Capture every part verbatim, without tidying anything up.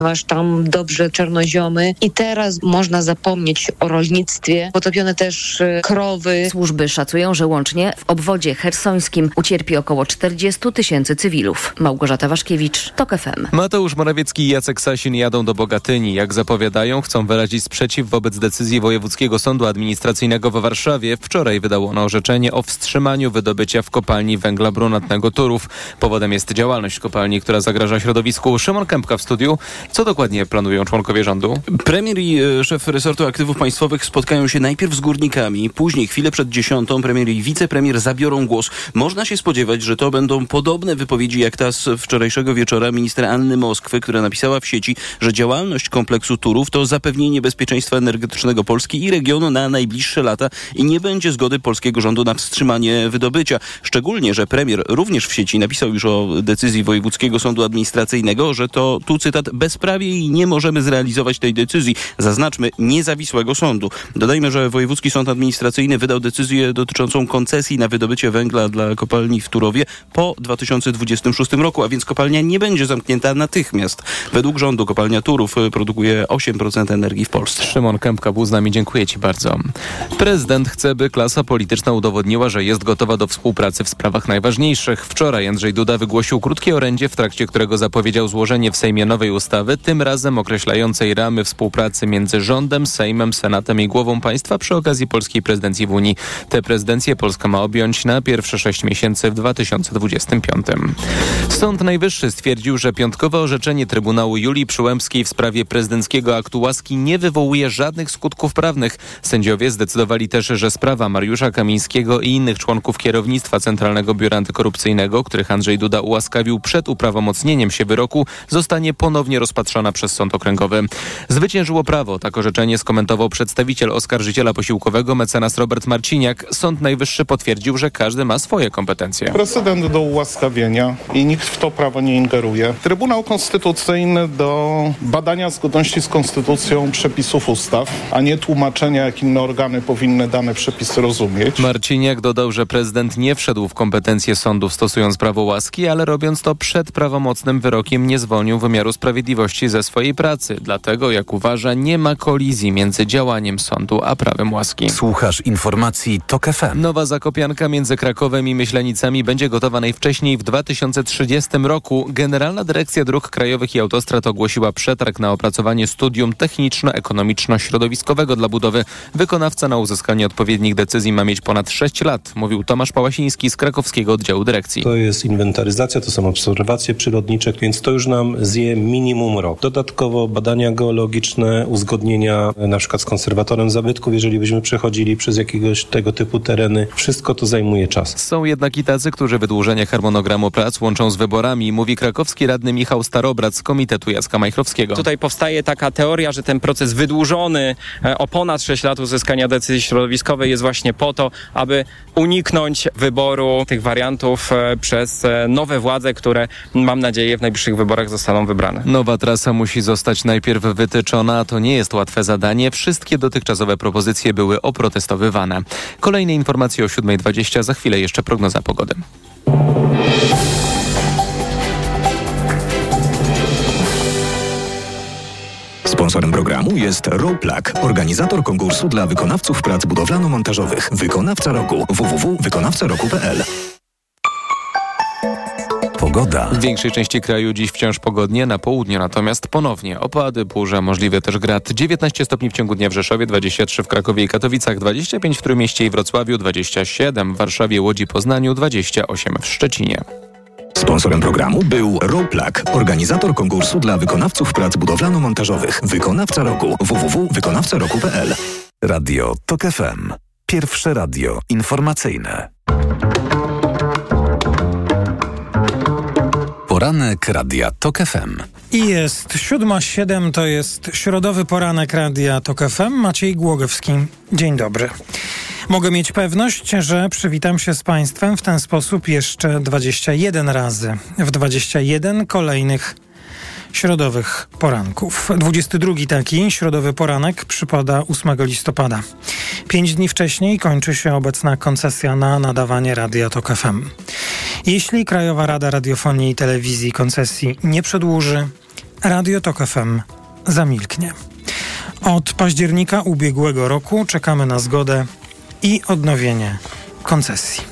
ponieważ tam dobrze czarnoziomy i teraz można zapomnieć o rolnictwie. Potopione też krowy. Służby szacują, że łącznie w obwodzie chersońskim ucierpi około czterdzieści tysięcy cywilów. Małgorzata Waszkiewicz, TOK F M. Mateusz Morawiecki i Jacek Sasin jadą do Bogatyni. Jak zapowiadają, chcą wyrazić sprzeciw wobec decyzji Wojewódzkiego Sądu Administracyjnego w Warszawie. Wczoraj wydało ono orzeczenie o wstrzymaniu wydobycia w kopalni węgla brunatnego Turów. Powodem jest działalność kopalni, która zagraża środowisku. Szymon Kępka w studiu. Co dokładnie planują członkowie rządu? Premier i e, szef resortu aktywów państwowych spotkają się najpierw z górnikami, później chwilę przed dziesiątą premier i wicepremier zabiorą głos. Można się spodziewać, że to będą podobne wypowiedzi jak ta z wczorajszego wieczora ministra Anny Moskwy, która napisała w sieci, że działalność kompleksu Turów to zapewnienie bezpieczeństwa energetycznego Polski i regionu na najbliższe lata i nie będzie zgody polskiego rządu na wstrzymanie wydobycia. Szczególnie, że premier również w sieci napisał już o decyzji Wojewódzkiego Sądu Administracyjnego, że to, tu cytat, bezprawie i nie możemy zrealizować tej decyzji. Zaznaczmy, niezawisłego sądu. Dodajmy, że Wojewódzki Sąd Administracyjny wydał decyzję dotyczącą koncesji na wydobycie węgla dla kopalni w Turowie po dwa tysiące dwudziestym szóstym roku, a więc kopalnia nie będzie zamknięta natychmiast. Według rządu kopalnia Turów produkuje osiem procent energii w Polsce. Szymon Kępka był z nami, dziękuję Ci bardzo. Prezydent chce, by klasa polityczna udowodniła, że jest gotowa do współpracy w sprawach najważniejszych. Wczoraj Andrzej Duda wygłosił krótkie orędzie, w trakcie którego zapowiedział złożenie w Sejmie nowej ustawy, tym razem określającej ramy współpracy między rządem, Sejmem, Senatem i głową państwa przy okazji polskiej prezydencji w Unii. Tę prezydencję Polska ma objąć na pierwsze sześć miesięcy w dwa tysiące dwudziestym piątym. Sąd Najwyższy stwierdził, że piątkowe orzeczenie Trybunału Julii Przyłębskiej w sprawie prezydenckiego aktu łaski nie wywołuje żadnych skutków prawnych. Sędziowie zdecydowali też, że sprawa Mariusza Kamińskiego i innych członków kierownictwa Centralnego Biura Antykorupcyjnego, których Andrzej Duda ułaskawił przed uprawomocnieniem się wyroku, zostanie ponownie rozpatrzona przez Sąd Okręgowy. Zwyciężyło prawo, tak orzeczenie skomentował przedstawiciel oskarżyciela posiłkowego mecenas Robert Marciniak. Sąd Najwyższy potwierdził, że każdy ma swoje kompetencje. Prezydent do ułaskawienia i nikt w to prawo nie ingeruje. Trybunał Konstytucyjny do badania zgodności z konstytucją przepisów ustaw, a nie tłumaczenia, jak inne organy powinny dane przepisy rozumieć. Marciniak dodał, że prezydent nie wszedł w kompetencje sądów stosując prawo łaski, ale robiąc to przed prawomocnym wyrokiem nie zwolnił wymiaru sprawiedliwości ze swojej pracy. Dlatego, jak uważa, nie ma kolizji między działaniem sądu a prawem łaski. Słuchasz informacji TOK F M. Nowa zakopianka między Krakowem i Myślenicami będzie gotowa najwcześniej w dwa tysiące trzydziestym roku. Generalna Dyrekcja Dróg Krajowych i Autostrad ogłosiła przetarg na opracowanie studium techniczno-ekonomiczno-środowiskowego dla budowy. Wykonawca na uzyskanie odpowiednich decyzji ma mieć ponad sześć lat, mówił Tomasz Pałasiński z krakowskiego oddziału dyrekcji. To jest inwentaryzacja, to są obserwacje przyrodnicze, więc to już nam zje minimum rok. Dodatkowo badania geologiczne, uzgodnienia na przykład z konserwatorem zabytków, jeżeli byśmy przechodzili przez jakiegoś tego typu tereny. Wszystko to zajmuje czas. Są jednak i tacy, którzy wydłużenie harmonogramu prac łączą z wyborami, mówi krakowski radny Michał Starobrad z Komitetu Jacka Majchrowskiego. Tutaj powstaje taka teoria, że ten proces wydłużony o ponad sześć lat uzyskania decyzji środowiskowej jest właśnie po to, aby uniknąć wyboru tych wariantów przez nowe władze, które mam nadzieję w najbliższych wyborach zostaną wybrane. Nowa trasa musi zostać najpierw wytyczona, a to nie jest łatwe zadanie. Wszystkie dotychczasowe propozycje były oprotestowywane. Kolejne informacje o siódma dwadzieścia, za chwilę jeszcze prognoza pogody. Sponsorem programu jest Roplak, organizator konkursu dla wykonawców prac budowlano-montażowych. Wykonawca roku w w w kropka wykonawca roku kropka p l. Pogoda. W większej części kraju dziś wciąż pogodnie, na południu natomiast ponownie opady, burze, możliwy też grad. dziewiętnaście stopni w ciągu dnia w Rzeszowie, dwadzieścia trzy w Krakowie i Katowicach, dwadzieścia pięć w Trójmieście i Wrocławiu, dwadzieścia siedem w Warszawie, Łodzi, Poznaniu, dwadzieścia osiem w Szczecinie. Sponsorem programu był Roplak, organizator konkursu dla wykonawców prac budowlano-montażowych. Wykonawca roku w w w kropka wykonawca roku kropka p l. Radio TOK F M. Pierwsze radio informacyjne. Poranek Radia TOK F M. I jest siódma siedem, to jest środowy poranek Radia TOK F M. Maciej Głogowski. Dzień dobry. Mogę mieć pewność, że przywitam się z Państwem w ten sposób jeszcze dwadzieścia jeden razy. W dwadzieścia jeden kolejnych środowych poranków. dwudziesty drugi taki środowy poranek przypada ósmego listopada. Pięć dni wcześniej kończy się obecna koncesja na nadawanie Radia TOK F M. Jeśli Krajowa Rada Radiofonii i Telewizji koncesji nie przedłuży, Radio Tok F M zamilknie. Od października ubiegłego roku czekamy na zgodę i odnowienie koncesji.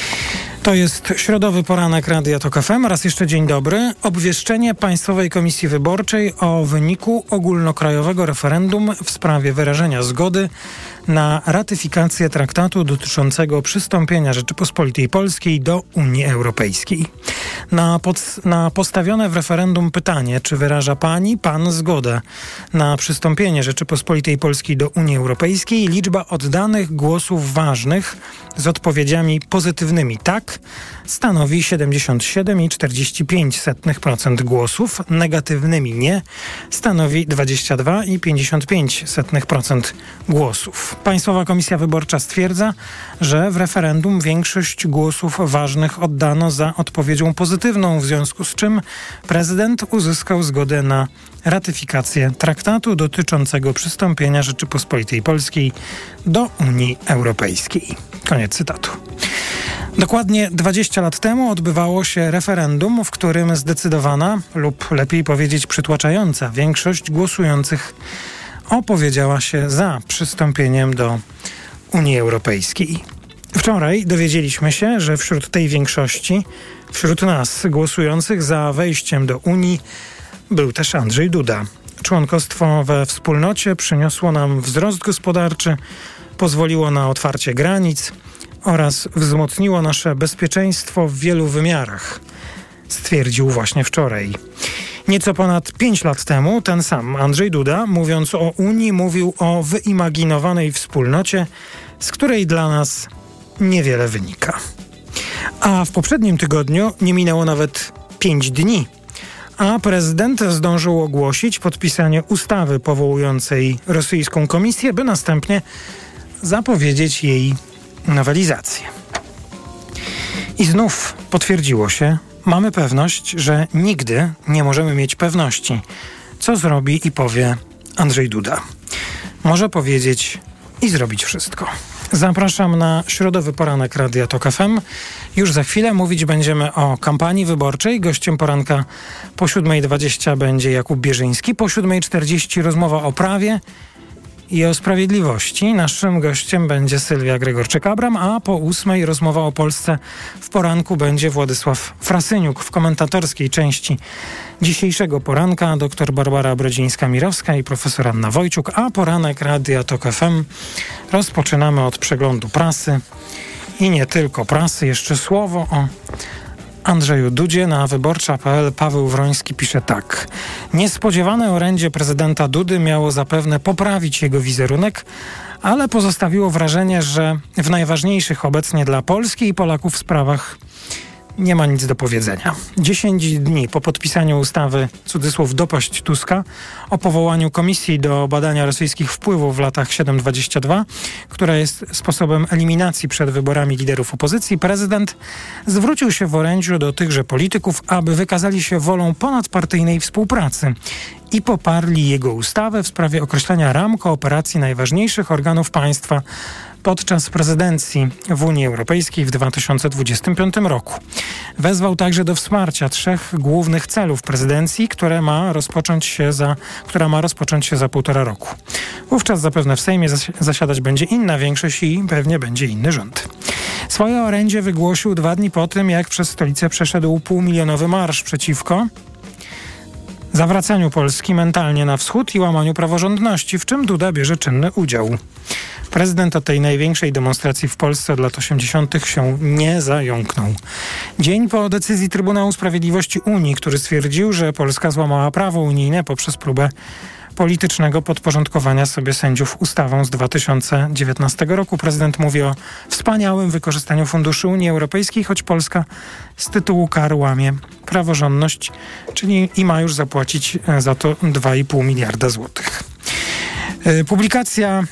To jest środowy poranek Radia Tok F M. Raz jeszcze dzień dobry. Obwieszczenie Państwowej Komisji Wyborczej o wyniku ogólnokrajowego referendum w sprawie wyrażenia zgody na ratyfikację traktatu dotyczącego przystąpienia Rzeczypospolitej Polskiej do Unii Europejskiej. Na, pod, na postawione w referendum pytanie, czy wyraża pani, pan zgodę na przystąpienie Rzeczypospolitej Polskiej do Unii Europejskiej, liczba oddanych głosów ważnych z odpowiedziami pozytywnymi tak stanowi siedemdziesiąt siedem przecinek czterdzieści pięć procent głosów, negatywnymi nie stanowi dwadzieścia dwa przecinek pięćdziesiąt pięć procent głosów. Państwowa Komisja Wyborcza stwierdza, że w referendum większość głosów ważnych oddano za odpowiedzią pozytywną, w związku z czym prezydent uzyskał zgodę na ratyfikację traktatu dotyczącego przystąpienia Rzeczypospolitej Polskiej do Unii Europejskiej. Koniec cytatu. Dokładnie dwadzieścia lat temu odbywało się referendum, w którym zdecydowana, lub lepiej powiedzieć przytłaczająca większość głosujących opowiedziała się za przystąpieniem do Unii Europejskiej. Wczoraj dowiedzieliśmy się, że wśród tej większości, wśród nas głosujących za wejściem do Unii, był też Andrzej Duda. Członkostwo we wspólnocie przyniosło nam wzrost gospodarczy, pozwoliło na otwarcie granic oraz wzmocniło nasze bezpieczeństwo w wielu wymiarach, stwierdził właśnie wczoraj. Nieco ponad pięć lat temu ten sam Andrzej Duda, mówiąc o Unii, mówił o wyimaginowanej wspólnocie, z której dla nas niewiele wynika. A w poprzednim tygodniu nie minęło nawet pięć dni, a prezydent zdążył ogłosić podpisanie ustawy powołującej rosyjską komisję, by następnie zapowiedzieć jej nowelizację. I znów potwierdziło się, mamy pewność, że nigdy nie możemy mieć pewności, co zrobi i powie Andrzej Duda. Może powiedzieć i zrobić wszystko. Zapraszam na środowy poranek Radia Tok F M. Już za chwilę mówić będziemy o kampanii wyborczej. Gościem poranka po siódma dwadzieścia będzie Jakub Bierzyński. Po siódma czterdzieści rozmowa o prawie i o sprawiedliwości. Naszym gościem będzie Sylwia Gregorczyk-Abram, a po ósmej rozmowa o Polsce w poranku będzie Władysław Frasyniuk. W komentatorskiej części dzisiejszego poranka dr Barbara Brodzińska-Mirowska i profesor Anna Wojciuk, a poranek Radia Tok F M rozpoczynamy od przeglądu prasy i nie tylko prasy. Jeszcze słowo o Andrzeju Dudzie. Na wyborcza kropka p l Paweł Wroński pisze tak. Niespodziewane orędzie prezydenta Dudy miało zapewne poprawić jego wizerunek, ale pozostawiło wrażenie, że w najważniejszych obecnie dla Polski i Polaków sprawach nie ma nic do powiedzenia. Dziesięć dni po podpisaniu ustawy, cudzysłów, dopaść Tuska, o powołaniu komisji do badania rosyjskich wpływów w latach siedem dwadzieścia dwa, która jest sposobem eliminacji przed wyborami liderów opozycji, prezydent zwrócił się w orędziu do tychże polityków, aby wykazali się wolą ponadpartyjnej współpracy i poparli jego ustawę w sprawie określenia ram kooperacji najważniejszych organów państwa podczas prezydencji w Unii Europejskiej w dwa tysiące dwudziestym piątym roku. Wezwał także do wsparcia trzech głównych celów prezydencji, które ma rozpocząć się za, która ma rozpocząć się za półtora roku. Wówczas zapewne w Sejmie zasiadać będzie inna większość i pewnie będzie inny rząd. Swoje orędzie wygłosił dwa dni po tym, jak przez stolicę przeszedł półmilionowy marsz przeciwko zawracaniu Polski mentalnie na wschód i łamaniu praworządności, w czym Duda bierze czynny udział. Prezydent o tej największej demonstracji w Polsce od lat osiemdziesiątych się nie zająknął. Dzień po decyzji Trybunału Sprawiedliwości Unii, który stwierdził, że Polska złamała prawo unijne poprzez próbę politycznego podporządkowania sobie sędziów ustawą z dwa tysiące dziewiętnastego roku. Prezydent mówi o wspaniałym wykorzystaniu funduszy Unii Europejskiej, choć Polska z tytułu kar łamie praworządność, czyli i ma już zapłacić za to dwa i pół miliarda złotych. Publikacja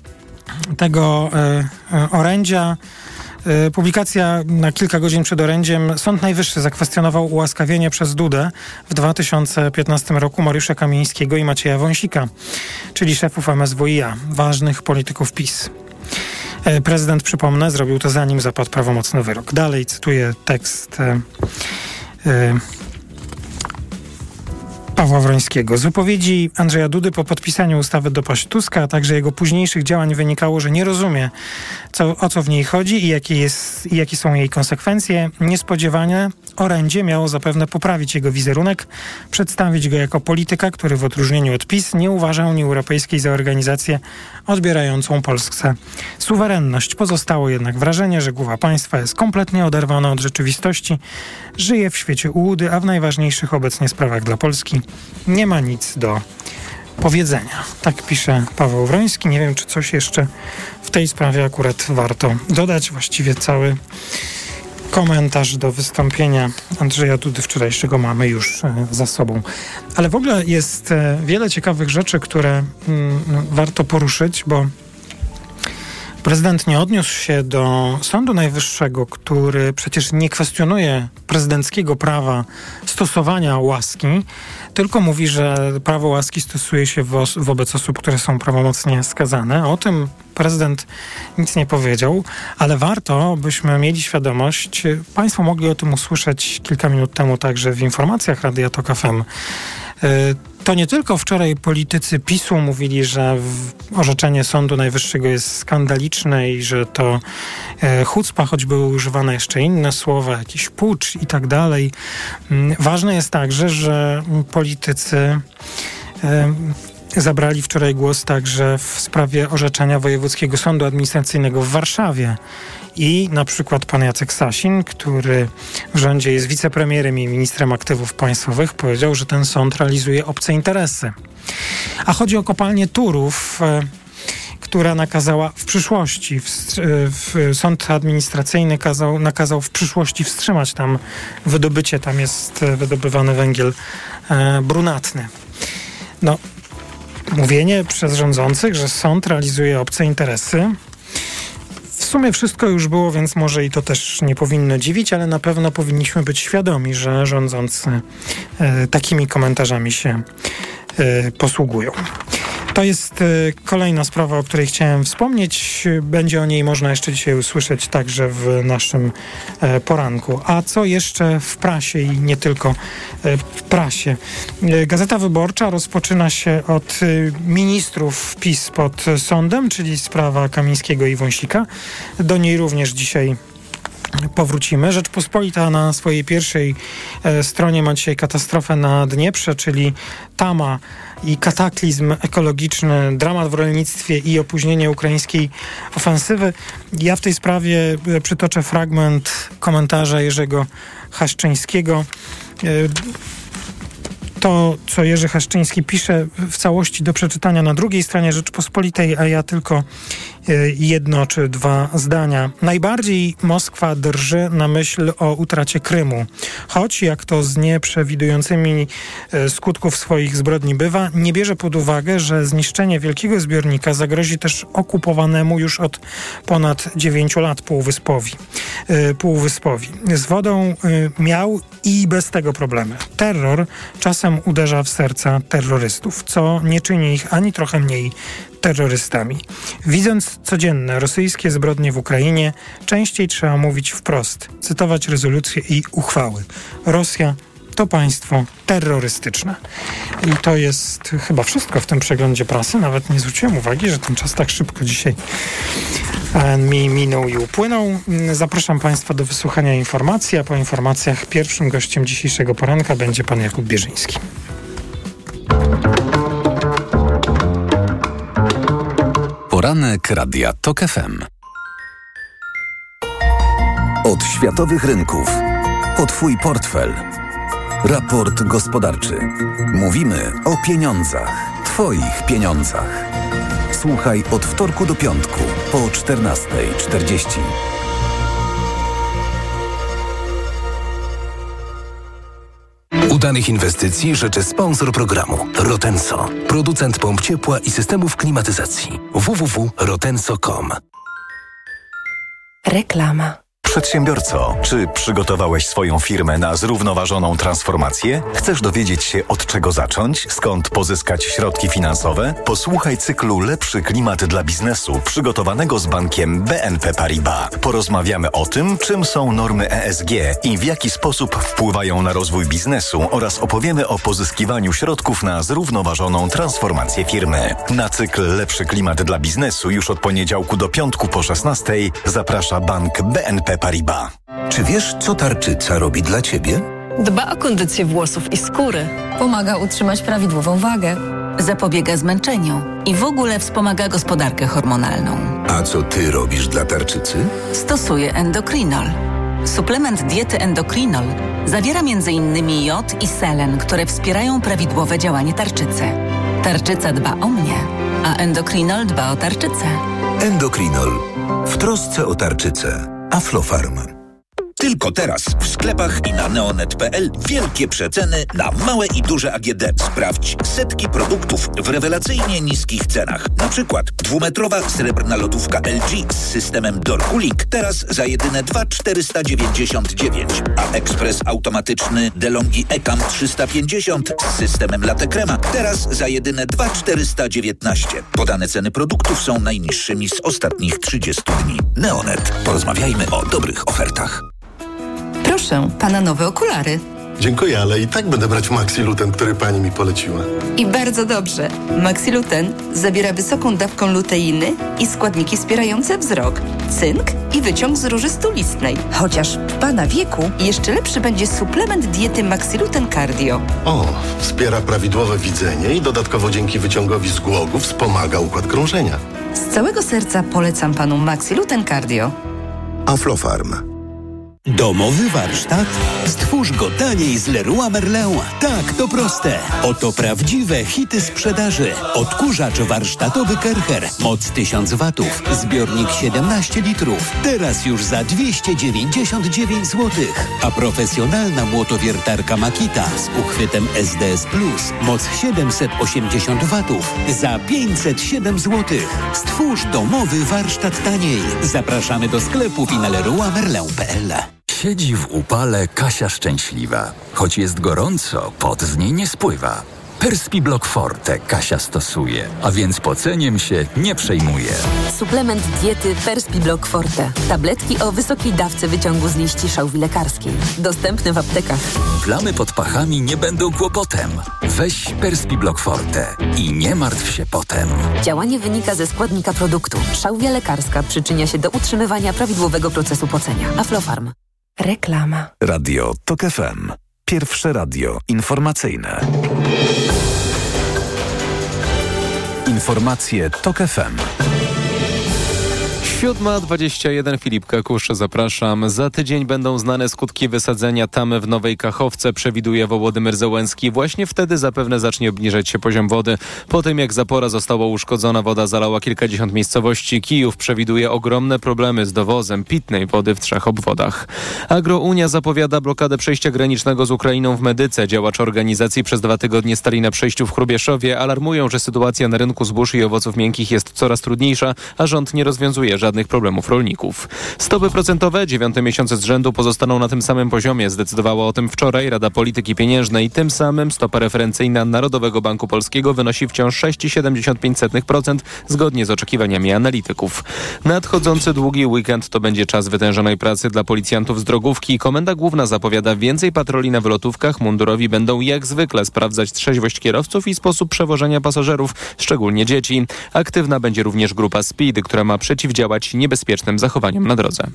tego y, orędzia, y, publikacja na kilka godzin przed orędziem. Sąd Najwyższy zakwestionował ułaskawienie przez Dudę w dwa tysiące piętnastym roku Mariusza Kamińskiego i Macieja Wąsika, czyli szefów M S W i A, ważnych polityków PiS. Y, prezydent, przypomnę, zrobił to zanim zapadł prawomocny wyrok. Dalej cytuję tekst y, y, Pawła Wrońskiego. Z wypowiedzi Andrzeja Dudy po podpisaniu ustawy dopaść Tuska, a także jego późniejszych działań wynikało, że nie rozumie, co, o co w niej chodzi i jakie, jest, i jakie są jej konsekwencje. Niespodziewanie orędzie miało zapewne poprawić jego wizerunek, przedstawić go jako polityka, który w odróżnieniu od PiS nie uważa Unii Europejskiej za organizację odbierającą Polsce suwerenność. Pozostało jednak wrażenie, że głowa państwa jest kompletnie oderwana od rzeczywistości, żyje w świecie ułudy, a w najważniejszych obecnie sprawach dla Polski nie ma nic do powiedzenia. Tak pisze Paweł Wroński. Nie wiem, czy coś jeszcze w tej sprawie akurat warto dodać. Właściwie cały komentarz do wystąpienia Andrzeja Dudy wczorajszego mamy już za sobą. Ale w ogóle jest wiele ciekawych rzeczy, które mm, warto poruszyć, bo prezydent nie odniósł się do Sądu Najwyższego, który przecież nie kwestionuje prezydenckiego prawa stosowania łaski, tylko mówi, że prawo łaski stosuje się wo- wobec osób, które są prawomocnie skazane. O tym prezydent nic nie powiedział, ale warto, byśmy mieli świadomość, państwo mogli o tym usłyszeć kilka minut temu także w informacjach Radia Tok F M. To nie tylko wczoraj politycy PiSu mówili, że orzeczenie Sądu Najwyższego jest skandaliczne i że to e, chucpa, choć były używane jeszcze inne słowa, jakiś pucz i tak dalej. Ważne jest także, że politycy e, zabrali wczoraj głos także w sprawie orzeczenia Wojewódzkiego Sądu Administracyjnego w Warszawie. I na przykład pan Jacek Sasin, który w rządzie jest wicepremierem i ministrem aktywów państwowych, powiedział, że ten sąd realizuje obce interesy. A chodzi o kopalnię Turów, e, która nakazała w przyszłości, w, w, sąd administracyjny kazał, nakazał w przyszłości wstrzymać tam wydobycie, tam jest wydobywany węgiel e, brunatny. No, mówienie przez rządzących, że sąd realizuje obce interesy, w sumie wszystko już było, więc może i to też nie powinno dziwić, ale na pewno powinniśmy być świadomi, że rządzący e, takimi komentarzami się e, posługują. To jest e, kolejna sprawa, o której chciałem wspomnieć. Będzie o niej można jeszcze dzisiaj usłyszeć także w naszym e, poranku. A co jeszcze w prasie i nie tylko e, w prasie? E, Gazeta Wyborcza rozpoczyna się od e, ministrów PiS pod sądem, czyli sprawa Kamińskiego i Wąsika. Do niej również dzisiaj powrócimy. Rzeczpospolita na swojej pierwszej e, stronie ma dzisiaj katastrofę na Dnieprze, czyli tama i kataklizm ekologiczny, dramat w rolnictwie i opóźnienie ukraińskiej ofensywy. Ja w tej sprawie e, przytoczę fragment komentarza Jerzego Haszczyńskiego. E, To, co Jerzy Haszczyński pisze, w całości do przeczytania na drugiej stronie Rzeczpospolitej, a ja tylko jedno czy dwa zdania. Najbardziej Moskwa drży na myśl o utracie Krymu. Choć, jak to z nieprzewidującymi skutków swoich zbrodni bywa, nie bierze pod uwagę, że zniszczenie wielkiego zbiornika zagrozi też okupowanemu już od ponad dziewięciu lat półwyspowi. półwyspowi. Z wodą miał i bez tego problemy. Terror czasem uderza w serca terrorystów, co nie czyni ich ani trochę mniej terrorystami. Widząc codzienne rosyjskie zbrodnie w Ukrainie, częściej trzeba mówić wprost, cytować rezolucje i uchwały. Rosja to państwo terrorystyczne. I to jest chyba wszystko w tym przeglądzie prasy. Nawet nie zwróciłem uwagi, że ten czas tak szybko dzisiaj mi minął i upłynął. Zapraszam państwa do wysłuchania informacji, a po informacjach pierwszym gościem dzisiejszego poranka będzie pan Jakub Bierzyński. Poranek Radia Tok F M. Od światowych rynków po Twój portfel. Raport gospodarczy. Mówimy o pieniądzach. Twoich pieniądzach. Słuchaj od wtorku do piątku po czternasta czterdzieści. Udanych inwestycji życzy sponsor programu Rotenso. Producent pomp ciepła i systemów klimatyzacji. w w w kropka rotenso kropka com. Reklama. Przedsiębiorco, czy przygotowałeś swoją firmę na zrównoważoną transformację? Chcesz dowiedzieć się, od czego zacząć? Skąd pozyskać środki finansowe? Posłuchaj cyklu Lepszy klimat dla biznesu przygotowanego z bankiem B N P Paribas. Porozmawiamy o tym, czym są normy E S G i w jaki sposób wpływają na rozwój biznesu oraz opowiemy o pozyskiwaniu środków na zrównoważoną transformację firmy. Na cykl Lepszy klimat dla biznesu już od poniedziałku do piątku po szesnastej zaprasza bank B N P Paribas. Czy wiesz, co tarczyca robi dla ciebie? Dba o kondycję włosów i skóry. Pomaga utrzymać prawidłową wagę. Zapobiega zmęczeniu i w ogóle wspomaga gospodarkę hormonalną. A co ty robisz dla tarczycy? Stosuję Endokrinol. Suplement diety Endokrinol zawiera między innymi jod i selen, które wspierają prawidłowe działanie tarczycy. Tarczyca dba o mnie, a Endokrinol dba o tarczycę. Endokrinol. W trosce o tarczycę. Aflofarm. Tylko teraz w sklepach i na neonet kropka p l wielkie przeceny na małe i duże A G D. Sprawdź setki produktów w rewelacyjnie niskich cenach. Na przykład dwumetrowa srebrna lodówka L G z systemem Door Cooling teraz za jedyne dwa tysiące czterysta dziewięćdziesiąt dziewięć, a ekspres automatyczny DeLonghi Ecam trzysta pięćdziesiąt z systemem Latte Crema teraz za jedyne dwa tysiące czterysta dziewiętnaście. Podane ceny produktów są najniższymi z ostatnich trzydziestu dni. Neonet. Porozmawiajmy o dobrych ofertach. Proszę, pana nowe okulary. Dziękuję, ale i tak będę brać Maxiluten, który pani mi poleciła. I bardzo dobrze. Maxiluten zawiera wysoką dawką luteiny i składniki wspierające wzrok, cynk i wyciąg z róży stulistnej. Chociaż w pana wieku jeszcze lepszy będzie suplement diety Maxiluten Cardio. O, wspiera prawidłowe widzenie i dodatkowo dzięki wyciągowi z głogu wspomaga układ krążenia. Z całego serca polecam panu Maxiluten Cardio. Aflofarm. Domowy warsztat? Stwórz go taniej z Leroy Merlin. Tak, to proste. Oto prawdziwe hity sprzedaży. Odkurzacz warsztatowy Kercher. Moc tysiąc watów. Zbiornik siedemnaście litrów. Teraz już za dwieście dziewięćdziesiąt dziewięć złotych. A profesjonalna młotowiertarka Makita z uchwytem S D S plus. Moc siedemset osiemdziesiąt watów. Za pięćset siedem złotych. Stwórz domowy warsztat taniej. Zapraszamy do sklepów i na leroy merlin kropka p l. Siedzi w upale Kasia szczęśliwa. Choć jest gorąco, pot z niej nie spływa. Perspiblock Forte Kasia stosuje, a więc poceniem się nie przejmuje. Suplement diety Perspiblock Forte. Tabletki o wysokiej dawce wyciągu z liści szałwi lekarskiej. Dostępne w aptekach. Plamy pod pachami nie będą kłopotem. Weź Perspiblock Forte i nie martw się potem. Działanie wynika ze składnika produktu. Szałwia lekarska przyczynia się do utrzymywania prawidłowego procesu pocenia. Aflofarm. Reklama. Radio TOK F M. Pierwsze radio informacyjne. Informacje TOK F M. siódma dwadzieścia jeden, Filip Kakusz, zapraszam. Za tydzień będą znane skutki wysadzenia tamy w Nowej Kachowce, przewiduje Wołodymyr Zełenski. Właśnie wtedy zapewne zacznie obniżać się poziom wody. Po tym jak zapora została uszkodzona, woda zalała kilkadziesiąt miejscowości. Kijów przewiduje ogromne problemy z dowozem pitnej wody w trzech obwodach. Agrounia zapowiada blokadę przejścia granicznego z Ukrainą w Medyce. Działacze organizacji przez dwa tygodnie stali na przejściu w Hrubieszowie. Alarmują, że sytuacja na rynku zbóż i owoców miękkich jest coraz trudniejsza, a rząd nie rozwiązuje żadnych problemów rolników. Stopy procentowe dziewiąte miesiące z rzędu pozostaną na tym samym poziomie. Zdecydowała o tym wczoraj Rada Polityki Pieniężnej. Tym samym stopa referencyjna Narodowego Banku Polskiego wynosi wciąż sześć przecinek siedemdziesiąt pięć procent zgodnie z oczekiwaniami analityków. Nadchodzący długi weekend to będzie czas wytężonej pracy dla policjantów z drogówki. Komenda Główna zapowiada więcej patroli na wylotówkach. Mundurowi będą jak zwykle sprawdzać trzeźwość kierowców i sposób przewożenia pasażerów, szczególnie dzieci. Aktywna będzie również grupa Speed, która ma przeciwdziałać niebezpiecznym zachowaniom na drodze.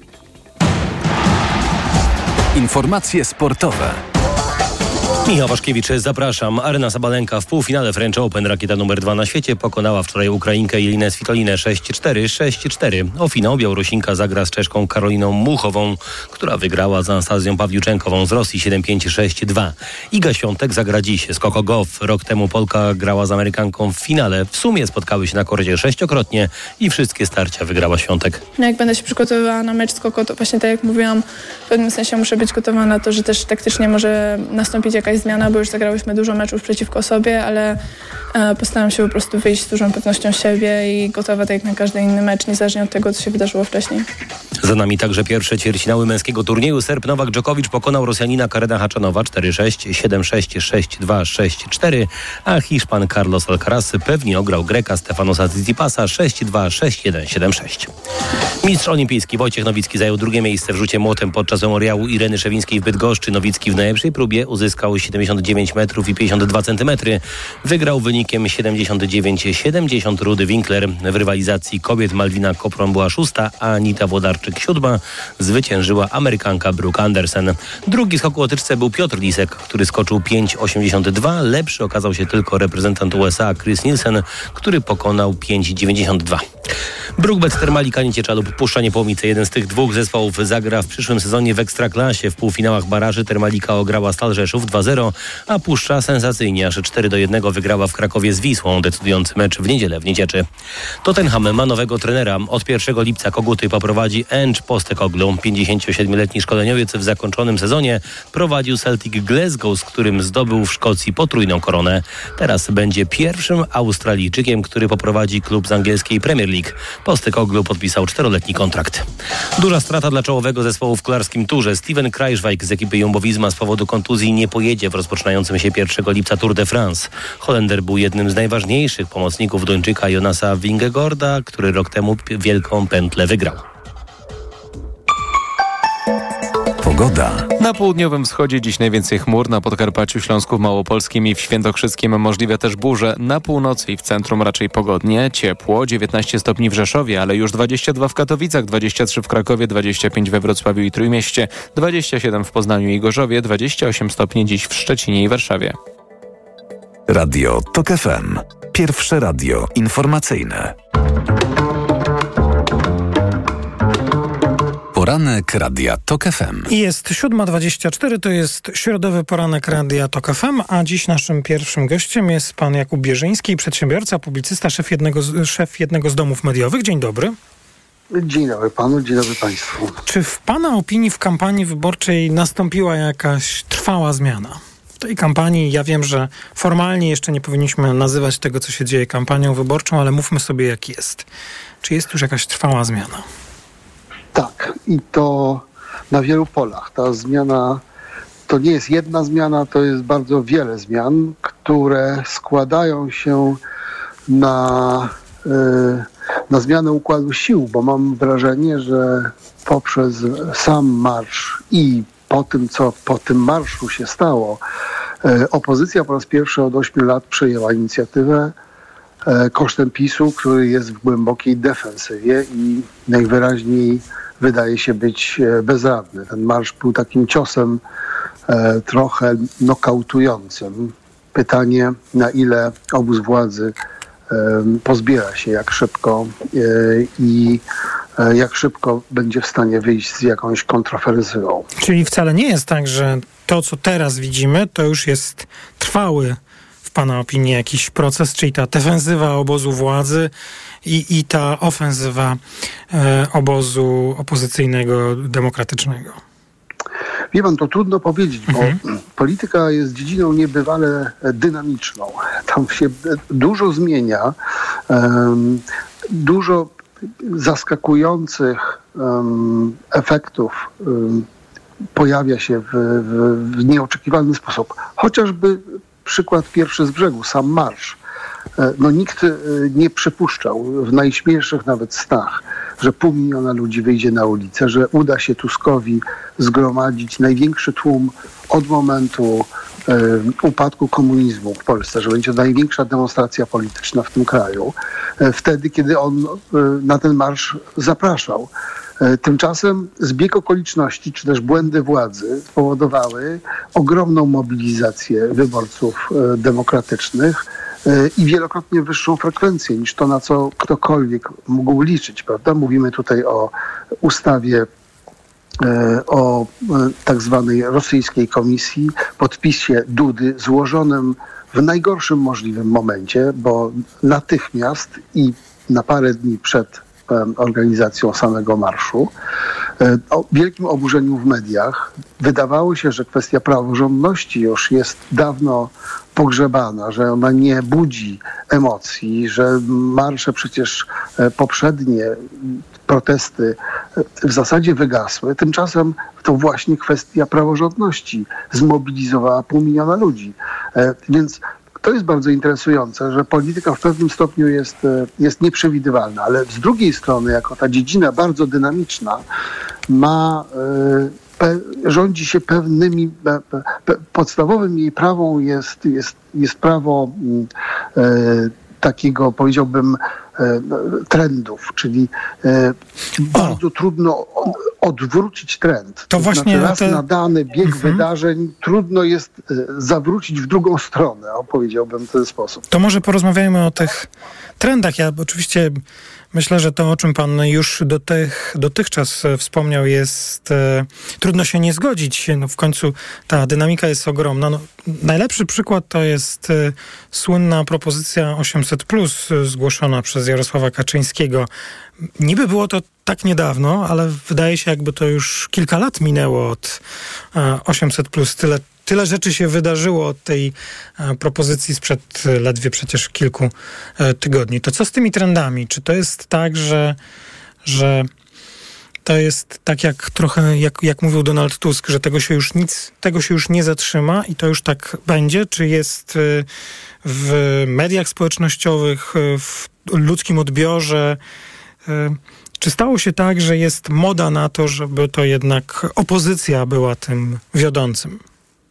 Informacje sportowe. Michał Waszkiewicz, zapraszam. Aryna Sabalenka w półfinale French Open, rakieta numer dwa na świecie, pokonała wczoraj Ukrainkę Jelinę Svitolinę sześć cztery, sześć cztery. O finał Białorusinka zagra z Czeszką Karoliną Muchową, która wygrała z Anastazją Pawliuczenkową z Rosji siedem pięć, sześć dwa. Iga Świątek zagra dziś z Coco Gauff. Rok temu Polka grała z Amerykanką w finale. W sumie spotkały się na korcie sześciokrotnie i wszystkie starcia wygrała Świątek. No jak będę się przygotowywała na mecz z Coco, to właśnie tak jak mówiłam, w pewnym sensie muszę być gotowa na to, że też taktycznie może nastąpić jakaś jakaś zmiana, bo już zagrałyśmy dużo meczów przeciwko sobie, ale e, postaram się po prostu wyjść z dużą pewnością siebie i gotowa tak jak na każdy inny mecz, niezależnie od tego, co się wydarzyło wcześniej. Za nami także pierwsze ćwierćfinały męskiego turnieju. Serb Nowak Dżokowicz pokonał Rosjanina Karena Haczanowa cztery sześć, siedem sześć, sześć dwa, sześć cztery, a Hiszpan Carlos Alcaraz pewnie ograł Greka Stefanosa Tsitsipasa sześć dwa, sześć jeden, siedem sześć. Mistrz olimpijski Wojciech Nowicki zajął drugie miejsce w rzucie młotem podczas memoriału Ireny Szewińskiej w Bydgoszczy. Nowicki w najlepszej próbie uzyskał siedemdziesiąt dziewięć metrów i pięćdziesiąt dwa centymetry. Wygrał wynikiem siedemdziesiąt dziewięć siedemdziesiąt. Rudy Winkler. W rywalizacji kobiet Malwina Kopron była szósta, a Anita Włodarczyk siódma. Zwyciężyła Amerykanka Brooke Anderson. Drugi skok łotyczce był Piotr Lisek, który skoczył pięć osiemdziesiąt dwa. Lepszy okazał się tylko reprezentant U S A Chris Nielsen, który pokonał pięć dziewięćdziesiąt dwa. Brookbet Termalika Nieciecza lub Puszcza Niepołomice. Jeden z tych dwóch zespołów zagra w przyszłym sezonie w Ekstraklasie. W półfinałach baraży Termalika ograła Stal Rzeszów dwa zero, a Puszcza sensacyjnie aż cztery do jednego wygrała w Krakowie z Wisłą. Decydujący mecz w niedzielę w Niecieczy. Tottenham ma nowego trenera. Od pierwszego lipca Koguty poprowadzi Ange Postecoglou. pięćdziesięciosiedmioletni szkoleniowiec w zakończonym sezonie prowadził Celtic Glasgow, z którym zdobył w Szkocji potrójną koronę. Teraz będzie pierwszym Australijczykiem, który poprowadzi klub z angielskiej Premier League. Postecoglou podpisał czteroletni kontrakt. Duża strata dla czołowego zespołu w kolarskim turze. Steven Kruijswijk z ekipy Jumbo-Visma z powodu kontuzji nie pojedzie w rozpoczynającym się pierwszego lipca Tour de France. Holender był jednym z najważniejszych pomocników Duńczyka Jonasa Vingegaarda, który rok temu wielką pętlę wygrał. Pogoda. Na południowym wschodzie dziś najwięcej chmur, na Podkarpaciu, Śląsku, Małopolskim i w Świętokrzyskiem możliwe też burze. Na północy i w centrum raczej pogodnie, ciepło, dziewiętnaście stopni w Rzeszowie, ale już dwadzieścia dwa w Katowicach, dwadzieścia trzy w Krakowie, dwadzieścia pięć we Wrocławiu i Trójmieście, dwadzieścia siedem w Poznaniu i Gorzowie, dwadzieścia osiem stopni dziś w Szczecinie i Warszawie. Radio TOK F M. Pierwsze radio informacyjne. Poranek Radia TOK F M. Jest siódma dwadzieścia cztery, to jest środowy poranek Radia TOK F M, a dziś naszym pierwszym gościem jest pan Jakub Bierzyński, przedsiębiorca, publicysta, szef jednego z, szef jednego z domów mediowych. Dzień dobry. Dzień dobry panu, dzień dobry państwu. Czy w pana opinii w kampanii wyborczej nastąpiła jakaś trwała zmiana? W tej kampanii, ja wiem, że formalnie jeszcze nie powinniśmy nazywać tego, co się dzieje, kampanią wyborczą, ale mówmy sobie, jak jest. Czy jest już jakaś trwała zmiana? Tak, i to na wielu polach. Ta zmiana to nie jest jedna zmiana, to jest bardzo wiele zmian, które składają się na, yy, na zmianę układu sił, bo mam wrażenie, że poprzez sam marsz i po tym, co po tym marszu się stało, yy, opozycja po raz pierwszy od ośmiu lat przejęła inicjatywę yy, kosztem PiSu, który jest w głębokiej defensywie i najwyraźniej wydaje się być bezradny. Ten marsz był takim ciosem e, trochę nokautującym. Pytanie, na ile obóz władzy e, pozbiera się, jak szybko e, i e, jak szybko będzie w stanie wyjść z jakąś kontrofersją. Czyli wcale nie jest tak, że to, co teraz widzimy, to już jest trwały, w pana opinii, jakiś proces, czyli ta defensywa obozu władzy i, i ta ofensywa e, obozu opozycyjnego, demokratycznego. Wie pan, to trudno powiedzieć, bo mhm. polityka jest dziedziną niebywale dynamiczną. Tam się dużo zmienia, um, dużo zaskakujących um, efektów um, pojawia się w, w, w nieoczekiwany sposób. Chociażby przykład pierwszy z brzegu, sam marsz. No nikt nie przypuszczał w najśmielszych nawet snach, że pół miliona ludzi wyjdzie na ulicę, że uda się Tuskowi zgromadzić największy tłum od momentu y, upadku komunizmu w Polsce, że będzie to największa demonstracja polityczna w tym kraju, y, wtedy, kiedy on y, na ten marsz zapraszał. Y, tymczasem zbieg okoliczności, czy też błędy władzy spowodowały ogromną mobilizację wyborców y, demokratycznych, i wielokrotnie wyższą frekwencję niż to, na co ktokolwiek mógł liczyć, prawda? Mówimy tutaj o ustawie, o tak zwanej rosyjskiej komisji, podpisie Dudy złożonym w najgorszym możliwym momencie, bo natychmiast i na parę dni przed organizacją samego marszu. o wielkim oburzeniu w mediach. Wydawało się, że kwestia praworządności już jest dawno pogrzebana, że ona nie budzi emocji, że marsze przecież poprzednie, protesty w zasadzie wygasły. Tymczasem to właśnie kwestia praworządności zmobilizowała pół miliona ludzi. Więc to jest bardzo interesujące, że polityka w pewnym stopniu jest, jest nieprzewidywalna, ale z drugiej strony, jako ta dziedzina bardzo dynamiczna, ma, pe, rządzi się pewnymi, pe, pe, podstawowym jej prawą jest, jest, jest prawo e, takiego, powiedziałbym, e, trendów, czyli e, bardzo trudno odwrócić trend. To, to właśnie znaczy raz te... nadany bieg mhm. wydarzeń trudno jest e, zawrócić w drugą stronę, o, powiedziałbym w ten sposób. To może porozmawiajmy o tych trendach. Ja oczywiście myślę, że to, o czym pan już do tych, dotychczas wspomniał, jest e, trudno się nie zgodzić. No, w końcu ta dynamika jest ogromna. No, najlepszy przykład to jest e, słynna propozycja osiemset plus zgłoszona przez Jarosława Kaczyńskiego. Niby było to tak niedawno, ale wydaje się, jakby to już kilka lat minęło od e, osiemset plus. Tyle Tyle rzeczy się wydarzyło od tej e, propozycji sprzed ledwie przecież kilku e, tygodni. To co z tymi trendami? Czy to jest tak, że, że to jest tak jak trochę, jak, jak mówił Donald Tusk, że tego się już nic, tego się już nie zatrzyma i to już tak będzie? Czy jest e, w mediach społecznościowych, e, w ludzkim odbiorze, e, czy stało się tak, że jest moda na to, żeby to jednak opozycja była tym wiodącym?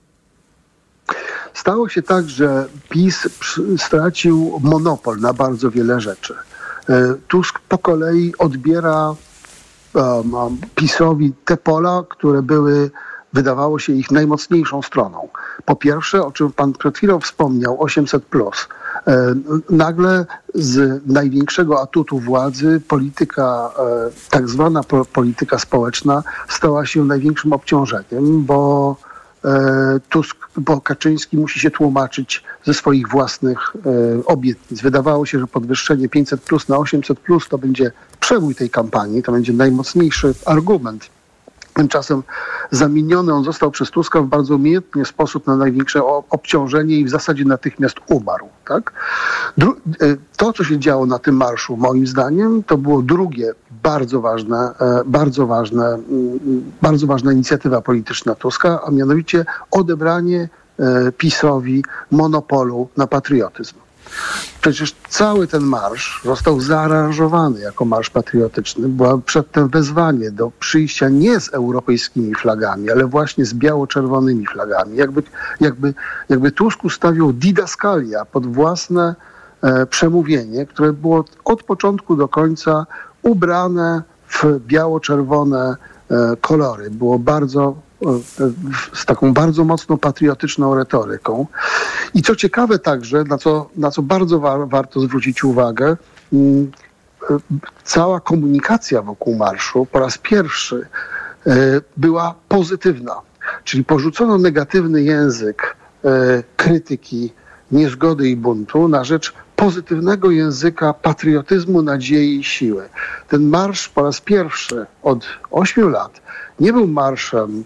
Stało się tak, że PiS stracił monopol na bardzo wiele rzeczy. Tusk po kolei odbiera um, PiS-owi te pola, które były, wydawało się, ich najmocniejszą stroną. Po pierwsze, o czym pan przed chwilą wspomniał, osiemset plus. Nagle z największego atutu władzy polityka, tak zwana polityka społeczna stała się największym obciążeniem, bo Tusk, bo Kaczyński musi się tłumaczyć ze swoich własnych e, obietnic. Wydawało się, że podwyższenie pięćset plus na osiemset plus to będzie przebój tej kampanii, to będzie najmocniejszy argument. Tymczasem zamieniony on został przez Tuska w bardzo umiejętny sposób na największe obciążenie i w zasadzie natychmiast umarł. Tak? Dru- to, co się działo na tym marszu, moim zdaniem, to było drugie bardzo ważne, bardzo ważne, bardzo ważna inicjatywa polityczna Tuska, a mianowicie odebranie PiS-owi monopolu na patriotyzm. Przecież cały ten marsz został zaaranżowany jako marsz patriotyczny. Było przedtem wezwanie do przyjścia nie z europejskimi flagami, ale właśnie z biało-czerwonymi flagami. Jakby, jakby, jakby Tusk ustawił didaskalia pod własne e, przemówienie, które było od początku do końca ubrane w biało-czerwone e, kolory. Było bardzo z taką bardzo mocno patriotyczną retoryką. I co ciekawe także, na co, na co bardzo wa- warto zwrócić uwagę, m, cała komunikacja wokół marszu po raz pierwszy e, była pozytywna. Czyli porzucono negatywny język e, krytyki, niezgody i buntu na rzecz pozytywnego języka patriotyzmu, nadziei i siły. Ten marsz po raz pierwszy od ośmiu lat nie był marszem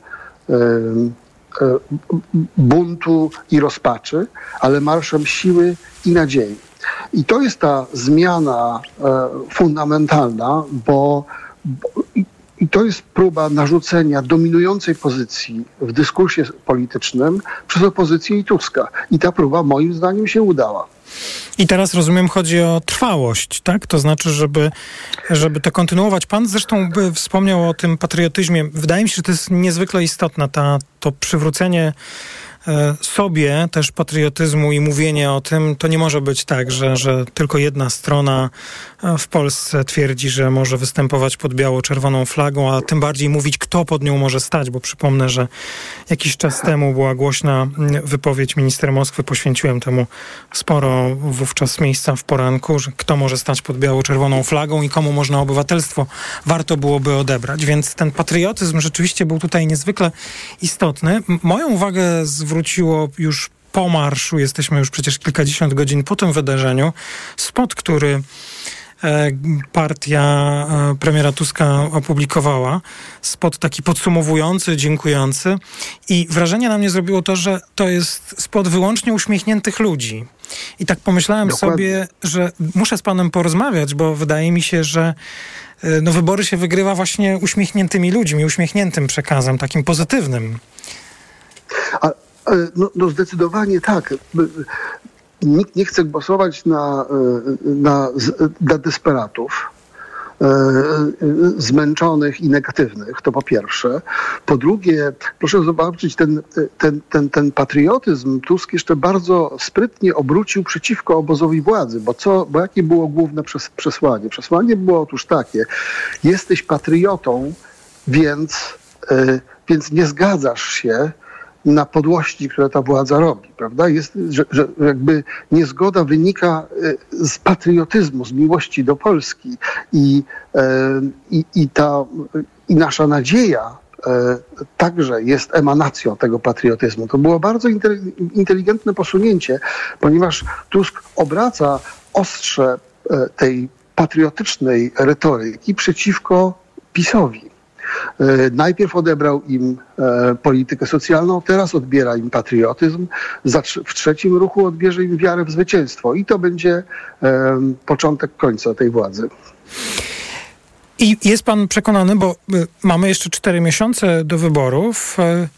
buntu i rozpaczy, ale marszem siły i nadziei. I to jest ta zmiana fundamentalna, bo, bo i to jest próba narzucenia dominującej pozycji w dyskursie politycznym przez opozycję i Tuska. I ta próba moim zdaniem się udała. I teraz, rozumiem, chodzi o trwałość, tak? To znaczy, żeby, żeby to kontynuować. Pan zresztą by wspomniał o tym patriotyzmie. Wydaje mi się, że to jest niezwykle istotne, ta, to przywrócenie sobie też patriotyzmu i mówienie o tym, to nie może być tak, że, że tylko jedna strona w Polsce twierdzi, że może występować pod biało-czerwoną flagą, a tym bardziej mówić, kto pod nią może stać, bo przypomnę, że jakiś czas temu była głośna wypowiedź minister Moskwy, poświęciłem temu sporo wówczas miejsca w poranku, że kto może stać pod biało-czerwoną flagą i komu można obywatelstwo warto byłoby odebrać, więc ten patriotyzm rzeczywiście był tutaj niezwykle istotny. M- moją uwagę zwróciło już po marszu, jesteśmy już przecież kilkadziesiąt godzin po tym wydarzeniu, spot, który partia premiera Tuska opublikowała. Spot taki podsumowujący, dziękujący. I wrażenie na mnie zrobiło to, że to jest spot wyłącznie uśmiechniętych ludzi. I tak pomyślałem Dokładnie. sobie, że muszę z panem porozmawiać, bo wydaje mi się, że no, wybory się wygrywa właśnie uśmiechniętymi ludźmi, uśmiechniętym przekazem, takim pozytywnym. A, no, no zdecydowanie tak. Nikt nie chce głosować na, na, na desperatów, zmęczonych i negatywnych, to po pierwsze. Po drugie, proszę zobaczyć, ten, ten, ten, ten patriotyzm Tusk jeszcze bardzo sprytnie obrócił przeciwko obozowi władzy, bo, co, bo jakie było główne przesłanie? Przesłanie było otóż takie: jesteś patriotą, więc, więc nie zgadzasz się na podłości, które ta władza robi, prawda? Jest, że, że jakby niezgoda wynika z patriotyzmu, z miłości do Polski i, i, i, ta, i nasza nadzieja także jest emanacją tego patriotyzmu. To było bardzo inteligentne posunięcie, ponieważ Tusk obraca ostrze tej patriotycznej retoryki przeciwko PiS-owi. Najpierw odebrał im e, politykę socjalną, teraz odbiera im patriotyzm, za, w trzecim ruchu odbierze im wiarę w zwycięstwo i to będzie e, początek końca tej władzy. I jest pan przekonany, bo mamy jeszcze cztery miesiące do wyborów,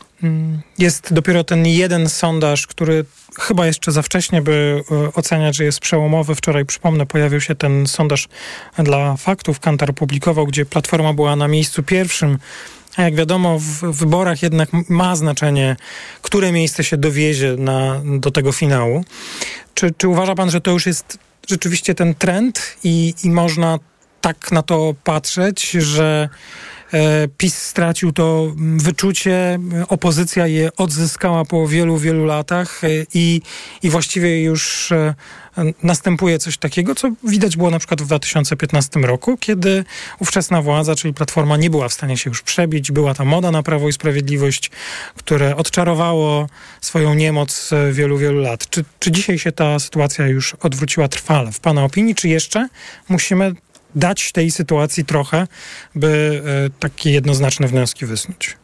jest dopiero ten jeden sondaż, który chyba jeszcze za wcześnie, by oceniać, że jest przełomowy. Wczoraj, przypomnę, pojawił się ten sondaż dla Faktów, Kantar publikował, gdzie Platforma była na miejscu pierwszym. A jak wiadomo, w wyborach jednak ma znaczenie, które miejsce się dowiezie na, do tego finału. Czy, czy uważa pan, że to już jest rzeczywiście ten trend i, i można tak na to patrzeć, że PiS stracił to wyczucie, opozycja je odzyskała po wielu, wielu latach i, i właściwie już następuje coś takiego, co widać było na przykład w dwa tysiące piętnastym roku, kiedy ówczesna władza, czyli Platforma, nie była w stanie się już przebić. Była ta moda na Prawo i Sprawiedliwość, które odczarowało swoją niemoc wielu, wielu lat. Czy, czy dzisiaj się ta sytuacja już odwróciła trwale? W pana opinii, czy jeszcze musimy dać tej sytuacji trochę, by e, takie jednoznaczne wnioski wysnuć?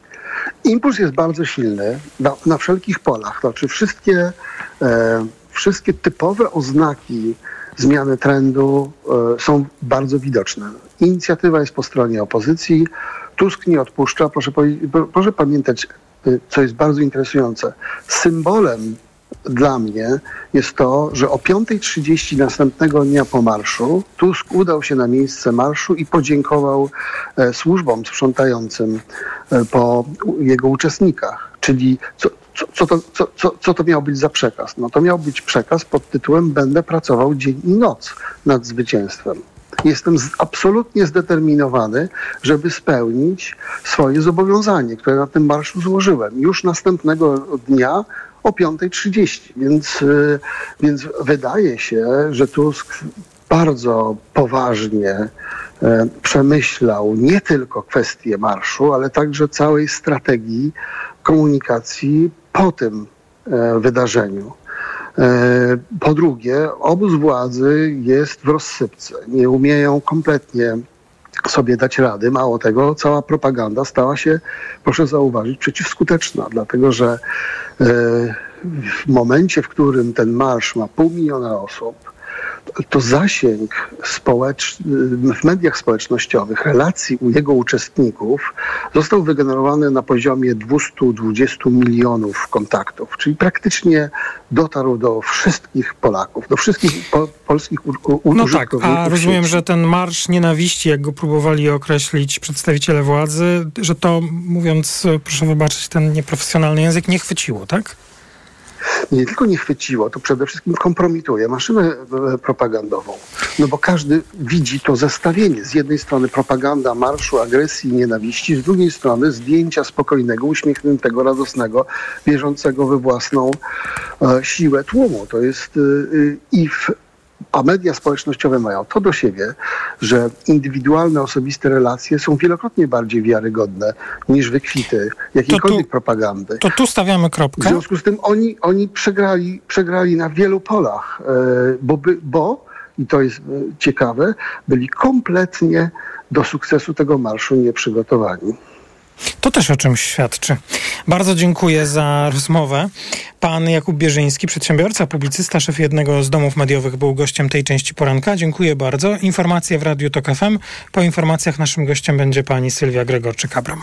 Impuls jest bardzo silny na, na wszelkich polach. To znaczy wszystkie, e, wszystkie typowe oznaki zmiany trendu e, są bardzo widoczne. Inicjatywa jest po stronie opozycji. Tusk nie odpuszcza. Proszę, proszę pamiętać, co jest bardzo interesujące. Symbolem dla mnie jest to, że o piątej trzydzieści następnego dnia po marszu Tusk udał się na miejsce marszu i podziękował e, służbom sprzątającym e, po jego uczestnikach. Czyli co, co, co, to, co, co, co to miał być za przekaz? No to miał być przekaz pod tytułem: będę pracował dzień i noc nad zwycięstwem. Jestem z, absolutnie zdeterminowany, żeby spełnić swoje zobowiązanie, które na tym marszu złożyłem. Już następnego dnia o piątej trzydzieści, więc, więc wydaje się, że Tusk bardzo poważnie przemyślał nie tylko kwestię marszu, ale także całej strategii komunikacji po tym wydarzeniu. Po drugie, obóz władzy jest w rozsypce. Nie umieją kompletnie sobie dać rady. Mało tego, cała propaganda stała się, proszę zauważyć, przeciwskuteczna, dlatego że w momencie, w którym ten marsz ma pół miliona osób, to zasięg społecz... w mediach społecznościowych relacji u jego uczestników został wygenerowany na poziomie dwieście dwadzieścia milionów kontaktów, czyli praktycznie dotarł do wszystkich Polaków, do wszystkich po, polskich u, u, No tak, a rozumiem, że ten marsz nienawiści, jak go próbowali określić przedstawiciele władzy, że to, mówiąc, proszę wybaczyć ten nieprofesjonalny język, nie chwyciło, tak? Nie tylko nie chwyciło, to przede wszystkim kompromituje maszynę propagandową. No bo każdy widzi to zestawienie. Z jednej strony propaganda marszu, agresji, nienawiści, z drugiej strony zdjęcia spokojnego, uśmiechniętego, radosnego, wierzącego we własną e, siłę tłumu. To jest e, i w A media społecznościowe mają to do siebie, że indywidualne, osobiste relacje są wielokrotnie bardziej wiarygodne niż wykwity jakiejkolwiek tu, propagandy. To tu stawiamy kropkę. W związku z tym oni, oni przegrali, przegrali na wielu polach, bo, by, bo i to jest ciekawe, byli kompletnie do sukcesu tego marszu nieprzygotowani. To też o czymś świadczy. Bardzo dziękuję za rozmowę. Pan Jakub Bierzyński, przedsiębiorca, publicysta, szef jednego z domów mediowych, był gościem tej części poranka. Dziękuję bardzo. Informacje w Radiu Tok F M. Po informacjach naszym gościem będzie pani Sylwia Gregorczyk-Abram.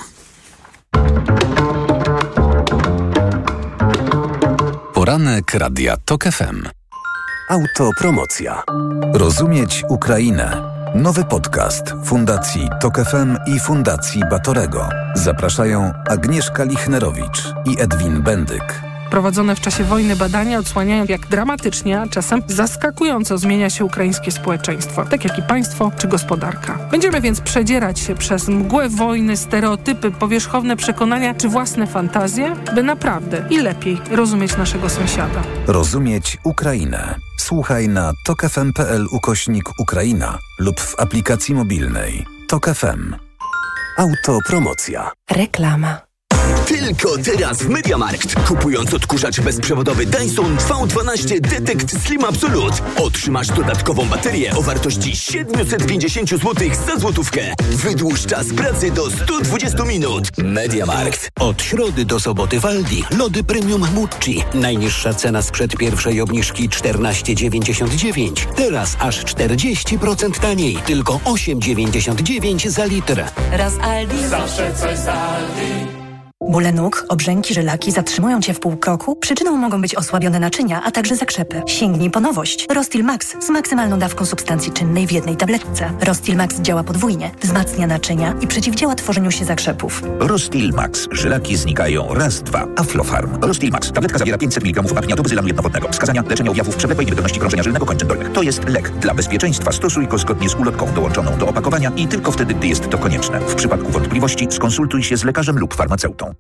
Poranek Radia Tok F M. Autopromocja. Rozumieć Ukrainę. Nowy podcast Fundacji Tok F M i Fundacji Batorego. Zapraszają Agnieszka Lichnerowicz i Edwin Bendyk. Prowadzone w czasie wojny badania odsłaniają, jak dramatycznie, a czasem zaskakująco zmienia się ukraińskie społeczeństwo, tak jak i państwo czy gospodarka. Będziemy więc przedzierać się przez mgłę wojny, stereotypy, powierzchowne przekonania czy własne fantazje, by naprawdę i lepiej rozumieć naszego sąsiada. Rozumieć Ukrainę. Słuchaj na tokfm.pl ukośnik Ukraina lub w aplikacji mobilnej Tok F M. Autopromocja. Reklama. Tylko teraz w MediaMarkt. Kupując odkurzacz bezprzewodowy Dyson V dwanaście Detect Slim Absolute otrzymasz dodatkową baterię o wartości siedemset pięćdziesiąt złotych za złotówkę. Wydłuż czas pracy do stu dwudziestu minut. MediaMarkt. Od środy do soboty w Aldi. Lody premium Mucci. Najniższa cena sprzed pierwszej obniżki czternaście dziewięćdziesiąt dziewięć. Teraz aż czterdzieści procent taniej. Tylko osiem dziewięćdziesiąt dziewięć za litr. Raz Aldi. Zawsze coś z Aldi. Bóle nóg, obrzęki, żylaki zatrzymują Cię w pół kroku? Przyczyną mogą być osłabione naczynia, a także zakrzepy. Sięgnij po nowość. Rostil Max z maksymalną dawką substancji czynnej w jednej tabletce. Rostil Max działa podwójnie, wzmacnia naczynia i przeciwdziała tworzeniu się zakrzepów. Rostil Max. Żylaki znikają raz, dwa. Aflofarm. Rostil Max. Tabletka zawiera pięćset miligramów apnia tobuzylanu jednowodnego. Wskazania: leczenie objawów przewlekłej niewydolności krążenia żylnego kończyn dolnych. To jest lek. Dla bezpieczeństwa stosuj go zgodnie z ulotką dołączoną do opakowania i tylko wtedy, gdy jest to konieczne. W przypadku wątpliwości skonsultuj się z lekarzem lub farmaceutą.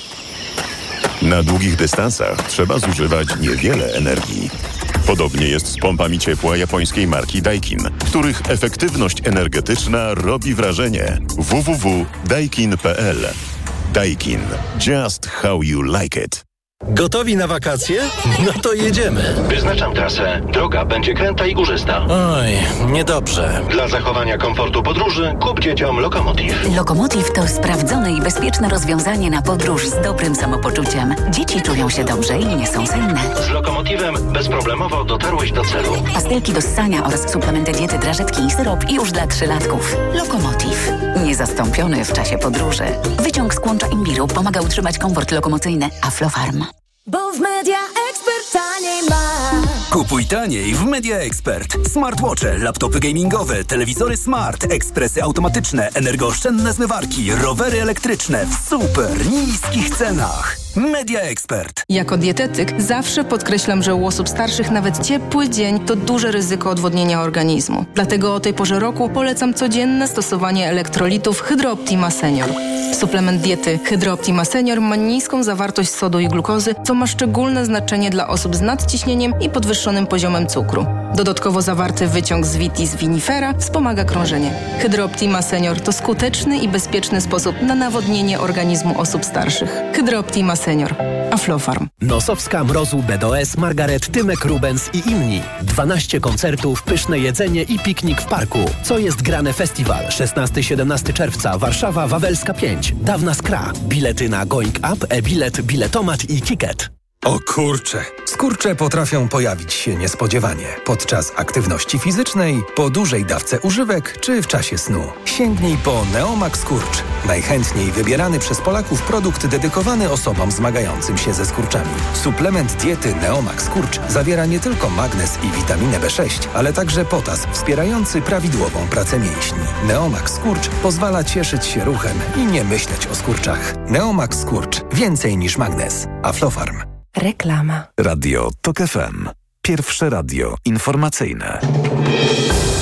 Na długich dystansach trzeba zużywać niewiele energii. Podobnie jest z pompami ciepła japońskiej marki Daikin, których efektywność energetyczna robi wrażenie. w w w kropka daikin kropka p l. Daikin. Just how you like it. Gotowi na wakacje? No to jedziemy. Wyznaczam trasę. Droga będzie kręta i górzysta. Oj, niedobrze. Dla zachowania komfortu podróży kup dzieciom Lokomotiv. Lokomotiv to sprawdzone i bezpieczne rozwiązanie na podróż z dobrym samopoczuciem. Dzieci czują się dobrze i nie są senne. Z Lokomotivem bezproblemowo dotarłeś do celu. Pastelki do ssania oraz suplementy diety, drażetki i syrop już dla trzylatków. Lokomotiv. Niezastąpiony w czasie podróży. Wyciąg z kłącza imbiru pomaga utrzymać komfort lokomocyjny. Aflofarm. Bo w Media Expert taniej masz. Kupuj taniej w Media Expert. Smartwatche, laptopy gamingowe, telewizory smart, ekspresy automatyczne, energooszczędne zmywarki, rowery elektryczne w super niskich cenach. Media Expert. Jako dietetyk zawsze podkreślam, że u osób starszych nawet ciepły dzień to duże ryzyko odwodnienia organizmu. Dlatego o tej porze roku polecam codzienne stosowanie elektrolitów Hydro-Optima Senior. Suplement diety Hydro-Optima Senior ma niską zawartość sodu i glukozy, co ma szczególne znaczenie dla osób z nadciśnieniem i podwyższonym poziomem cukru. Dodatkowo zawarty wyciąg z Vitis vinifera wspomaga krążenie. Hydro-Optima Senior to skuteczny i bezpieczny sposób na nawodnienie organizmu osób starszych. Hydro-Optima Senior. Aflofarm. Nosowska, Mrozu, B D O S, Margaret, Tymek, Rubens i inni. dwanaście koncertów, pyszne jedzenie i piknik w parku. Co jest grane festiwal? szesnastego do siedemnastego czerwca. Warszawa, Wawelska pięć. Dawna Skra. Bilety na Going Up, e-bilet, biletomat i ticket. O kurcze! Skurcze potrafią pojawić się niespodziewanie. Podczas aktywności fizycznej, po dużej dawce używek czy w czasie snu. Sięgnij po Neomax Skurcz. Najchętniej wybierany przez Polaków produkt dedykowany osobom zmagającym się ze skurczami. Suplement diety Neomax Skurcz zawiera nie tylko magnez i witaminę B sześć, ale także potas wspierający prawidłową pracę mięśni. Neomax Skurcz pozwala cieszyć się ruchem i nie myśleć o skurczach. Neomax Skurcz. Więcej niż magnez. Aflofarm. Reklama. Radio Tok F M. Pierwsze radio informacyjne.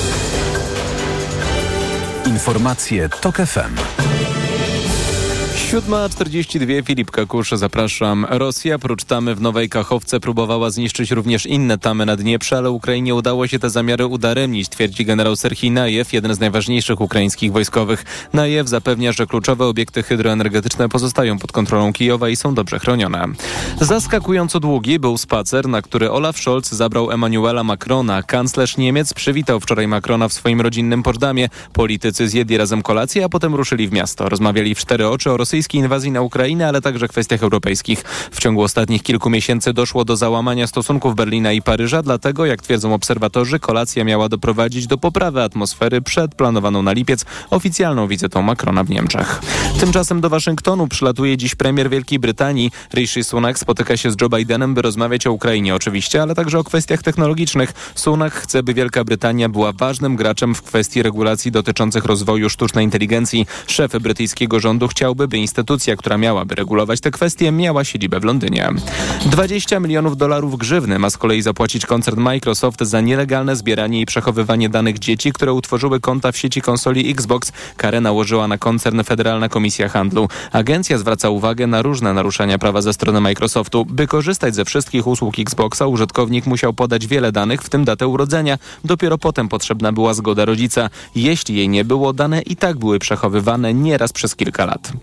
Informacje Tok F M. siódma czterdzieści dwa, Filip Kakusz, zapraszam. Rosja, prócz tamy w Nowej Kachowce, próbowała zniszczyć również inne tamy na Dnieprze, ale Ukrainie udało się te zamiary udaremnić, twierdzi generał Serhii Najew, jeden z najważniejszych ukraińskich wojskowych. Najew zapewnia, że kluczowe obiekty hydroenergetyczne pozostają pod kontrolą Kijowa i są dobrze chronione. Zaskakująco długi był spacer, na który Olaf Scholz zabrał Emmanuela Macrona. Kanclerz Niemiec przywitał wczoraj Macrona w swoim rodzinnym Potsdamie. Politycy zjedli razem kolację, a potem ruszyli w miasto. Rozmawiali w cztery oczy o rosyjskiej inwazji na Ukrainę, ale także kwestiach europejskich. W ciągu ostatnich kilku miesięcy doszło do załamania stosunków Berlina i Paryża, dlatego, jak twierdzą obserwatorzy, kolacja miała doprowadzić do poprawy atmosfery przed planowaną na lipiec oficjalną wizytą Macrona w Niemczech. Tymczasem do Waszyngtonu przylatuje dziś premier Wielkiej Brytanii. Rishi Sunak spotyka się z Joe Bidenem, by rozmawiać o Ukrainie oczywiście, ale także o kwestiach technologicznych. Sunak chce, by Wielka Brytania była ważnym graczem w kwestii regulacji dotyczących rozwoju sztucznej inteligencji. Szef brytyjskiego rządu chciałby, by instytucja, która miałaby regulować te kwestie, miała siedzibę w Londynie. dwadzieścia milionów dolarów grzywny ma z kolei zapłacić koncern Microsoft za nielegalne zbieranie i przechowywanie danych dzieci, które utworzyły konta w sieci konsoli Xbox. Karę nałożyła na koncern Federalna Komisja Handlu. Agencja zwraca uwagę na różne naruszenia prawa ze strony Microsoftu. By korzystać ze wszystkich usług Xboxa, użytkownik musiał podać wiele danych, w tym datę urodzenia. Dopiero potem potrzebna była zgoda rodzica. Jeśli jej nie było, dane i tak były przechowywane nieraz przez kilka lat.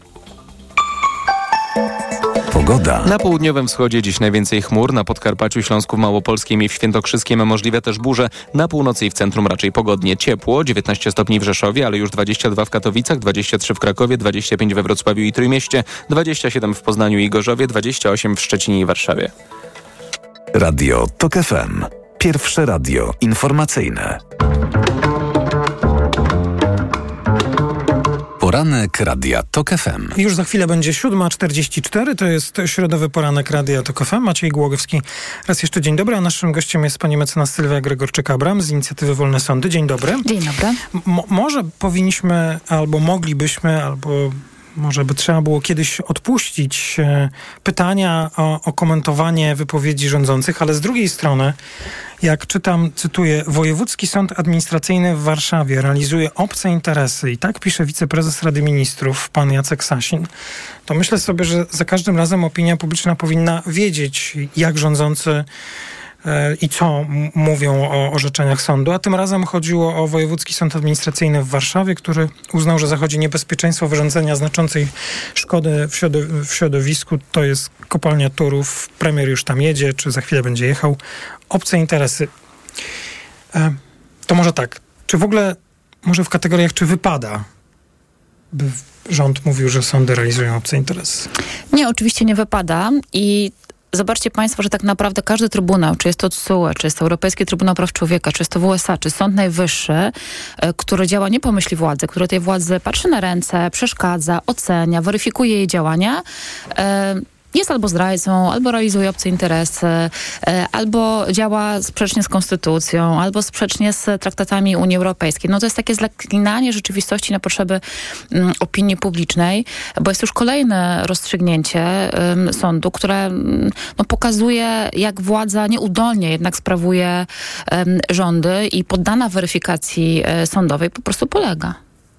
Pogoda. Na południowym wschodzie dziś najwięcej chmur, na Podkarpaciu, Śląsku, Małopolskim i w Świętokrzyskiem możliwe też burze. Na północy i w centrum raczej pogodnie. Ciepło, dziewiętnaście stopni w Rzeszowie, ale już dwadzieścia dwa w Katowicach, dwadzieścia trzy w Krakowie, dwadzieścia pięć we Wrocławiu i Trójmieście, dwadzieścia siedem w Poznaniu i Gorzowie, dwadzieścia osiem w Szczecinie i Warszawie. Radio TOK F M. Pierwsze radio informacyjne. Poranek Radia TOK F M. Już za chwilę będzie siódma czterdzieści cztery, to jest środowy poranek Radia TOK F M. Maciej Głogowski. Raz jeszcze dzień dobry, a naszym gościem jest pani mecenas Sylwia Gregorczyk-Abram z inicjatywy Wolne Sądy. Dzień dobry. Dzień dobry. M- może powinniśmy, albo moglibyśmy, albo może by trzeba było kiedyś odpuścić e, pytania o, o komentowanie wypowiedzi rządzących, ale z drugiej strony, jak czytam, cytuję, Wojewódzki Sąd Administracyjny w Warszawie realizuje obce interesy i tak pisze wiceprezes Rady Ministrów, pan Jacek Sasin, to myślę sobie, że za każdym razem opinia publiczna powinna wiedzieć, jak rządzący i co m- mówią o orzeczeniach sądu, a tym razem chodziło o Wojewódzki Sąd Administracyjny w Warszawie, który uznał, że zachodzi niebezpieczeństwo wyrządzenia znaczącej szkody w, środo- w środowisku. To jest kopalnia Turów. Premier już tam jedzie, czy za chwilę będzie jechał. Obce interesy. E, to może tak. Czy w ogóle, może w kategoriach, czy wypada, by rząd mówił, że sądy realizują obce interesy? Nie, oczywiście nie wypada i zobaczcie państwo, że tak naprawdę każdy trybunał, czy jest to T S U E, czy jest to Europejski Trybunał Praw Człowieka, czy jest to W S A, czy Sąd Najwyższy, który działa nie po myśli władzy, który tej władzy patrzy na ręce, przeszkadza, ocenia, weryfikuje jej działania, jest albo zdrajcą, albo realizuje obce interesy, albo działa sprzecznie z konstytucją, albo sprzecznie z traktatami Unii Europejskiej. No to jest takie zaklinanie rzeczywistości na potrzeby um, opinii publicznej, bo jest już kolejne rozstrzygnięcie um, sądu, które um, no, pokazuje, jak władza nieudolnie jednak sprawuje um, rządy i poddana weryfikacji um, sądowej po prostu polega.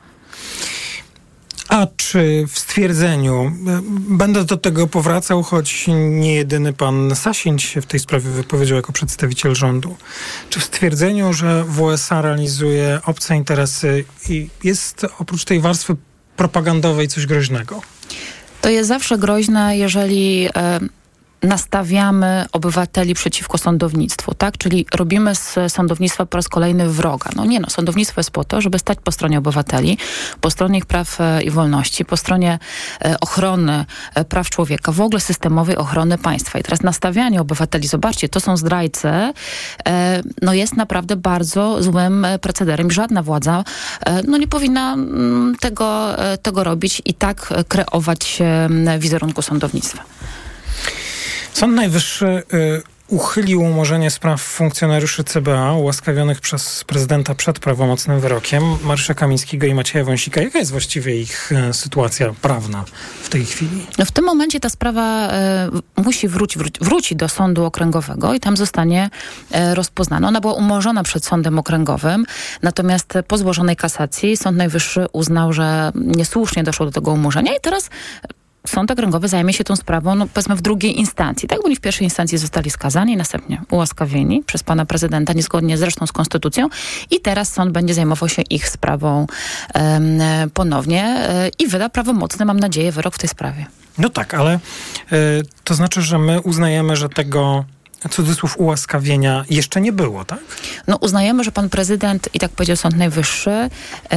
A czy w stwierdzeniu, będę do tego powracał, choć nie jedyny pan Sasin się w tej sprawie wypowiedział jako przedstawiciel rządu, czy w stwierdzeniu, że W S A realizuje obce interesy i jest oprócz tej warstwy propagandowej coś groźnego? To jest zawsze groźne, jeżeli e, nastawiamy obywateli przeciwko sądownictwu, tak? Czyli robimy z sądownictwa po raz kolejny wroga. No nie no, sądownictwo jest po to, żeby stać po stronie obywateli, po stronie ich praw e, i wolności, po stronie e, ochrony e, praw człowieka, w ogóle systemowej ochrony państwa. I teraz nastawianie obywateli, zobaczcie, to są zdrajcy, e, no jest naprawdę bardzo złym procederem. Żadna władza e, no nie powinna m, tego, e, tego robić i tak e, kreować e, wizerunku sądownictwa. Sąd Najwyższy y, uchylił umorzenie spraw funkcjonariuszy C B A ułaskawionych przez prezydenta przed prawomocnym wyrokiem Mariusza Kamińskiego i Macieja Wąsika. Jaka jest właściwie ich y, sytuacja prawna w tej chwili? W tym momencie ta sprawa y, musi wrócić wró- wróci do sądu okręgowego i tam zostanie y, rozpoznana. Ona była umorzona przed sądem okręgowym, natomiast po złożonej kasacji Sąd Najwyższy uznał, że niesłusznie doszło do tego umorzenia i teraz sąd okręgowy zajmie się tą sprawą, no powiedzmy w drugiej instancji. Tak, bo oni w pierwszej instancji zostali skazani, następnie ułaskawieni przez pana prezydenta, niezgodnie zresztą z konstytucją i teraz sąd będzie zajmował się ich sprawą um, ponownie y, i wyda prawomocny, mam nadzieję, wyrok w tej sprawie. No tak, ale y, to znaczy, że my uznajemy, że tego cudzysłów ułaskawienia jeszcze nie było, tak? No uznajemy, że pan prezydent, i tak powiedział Sąd Najwyższy,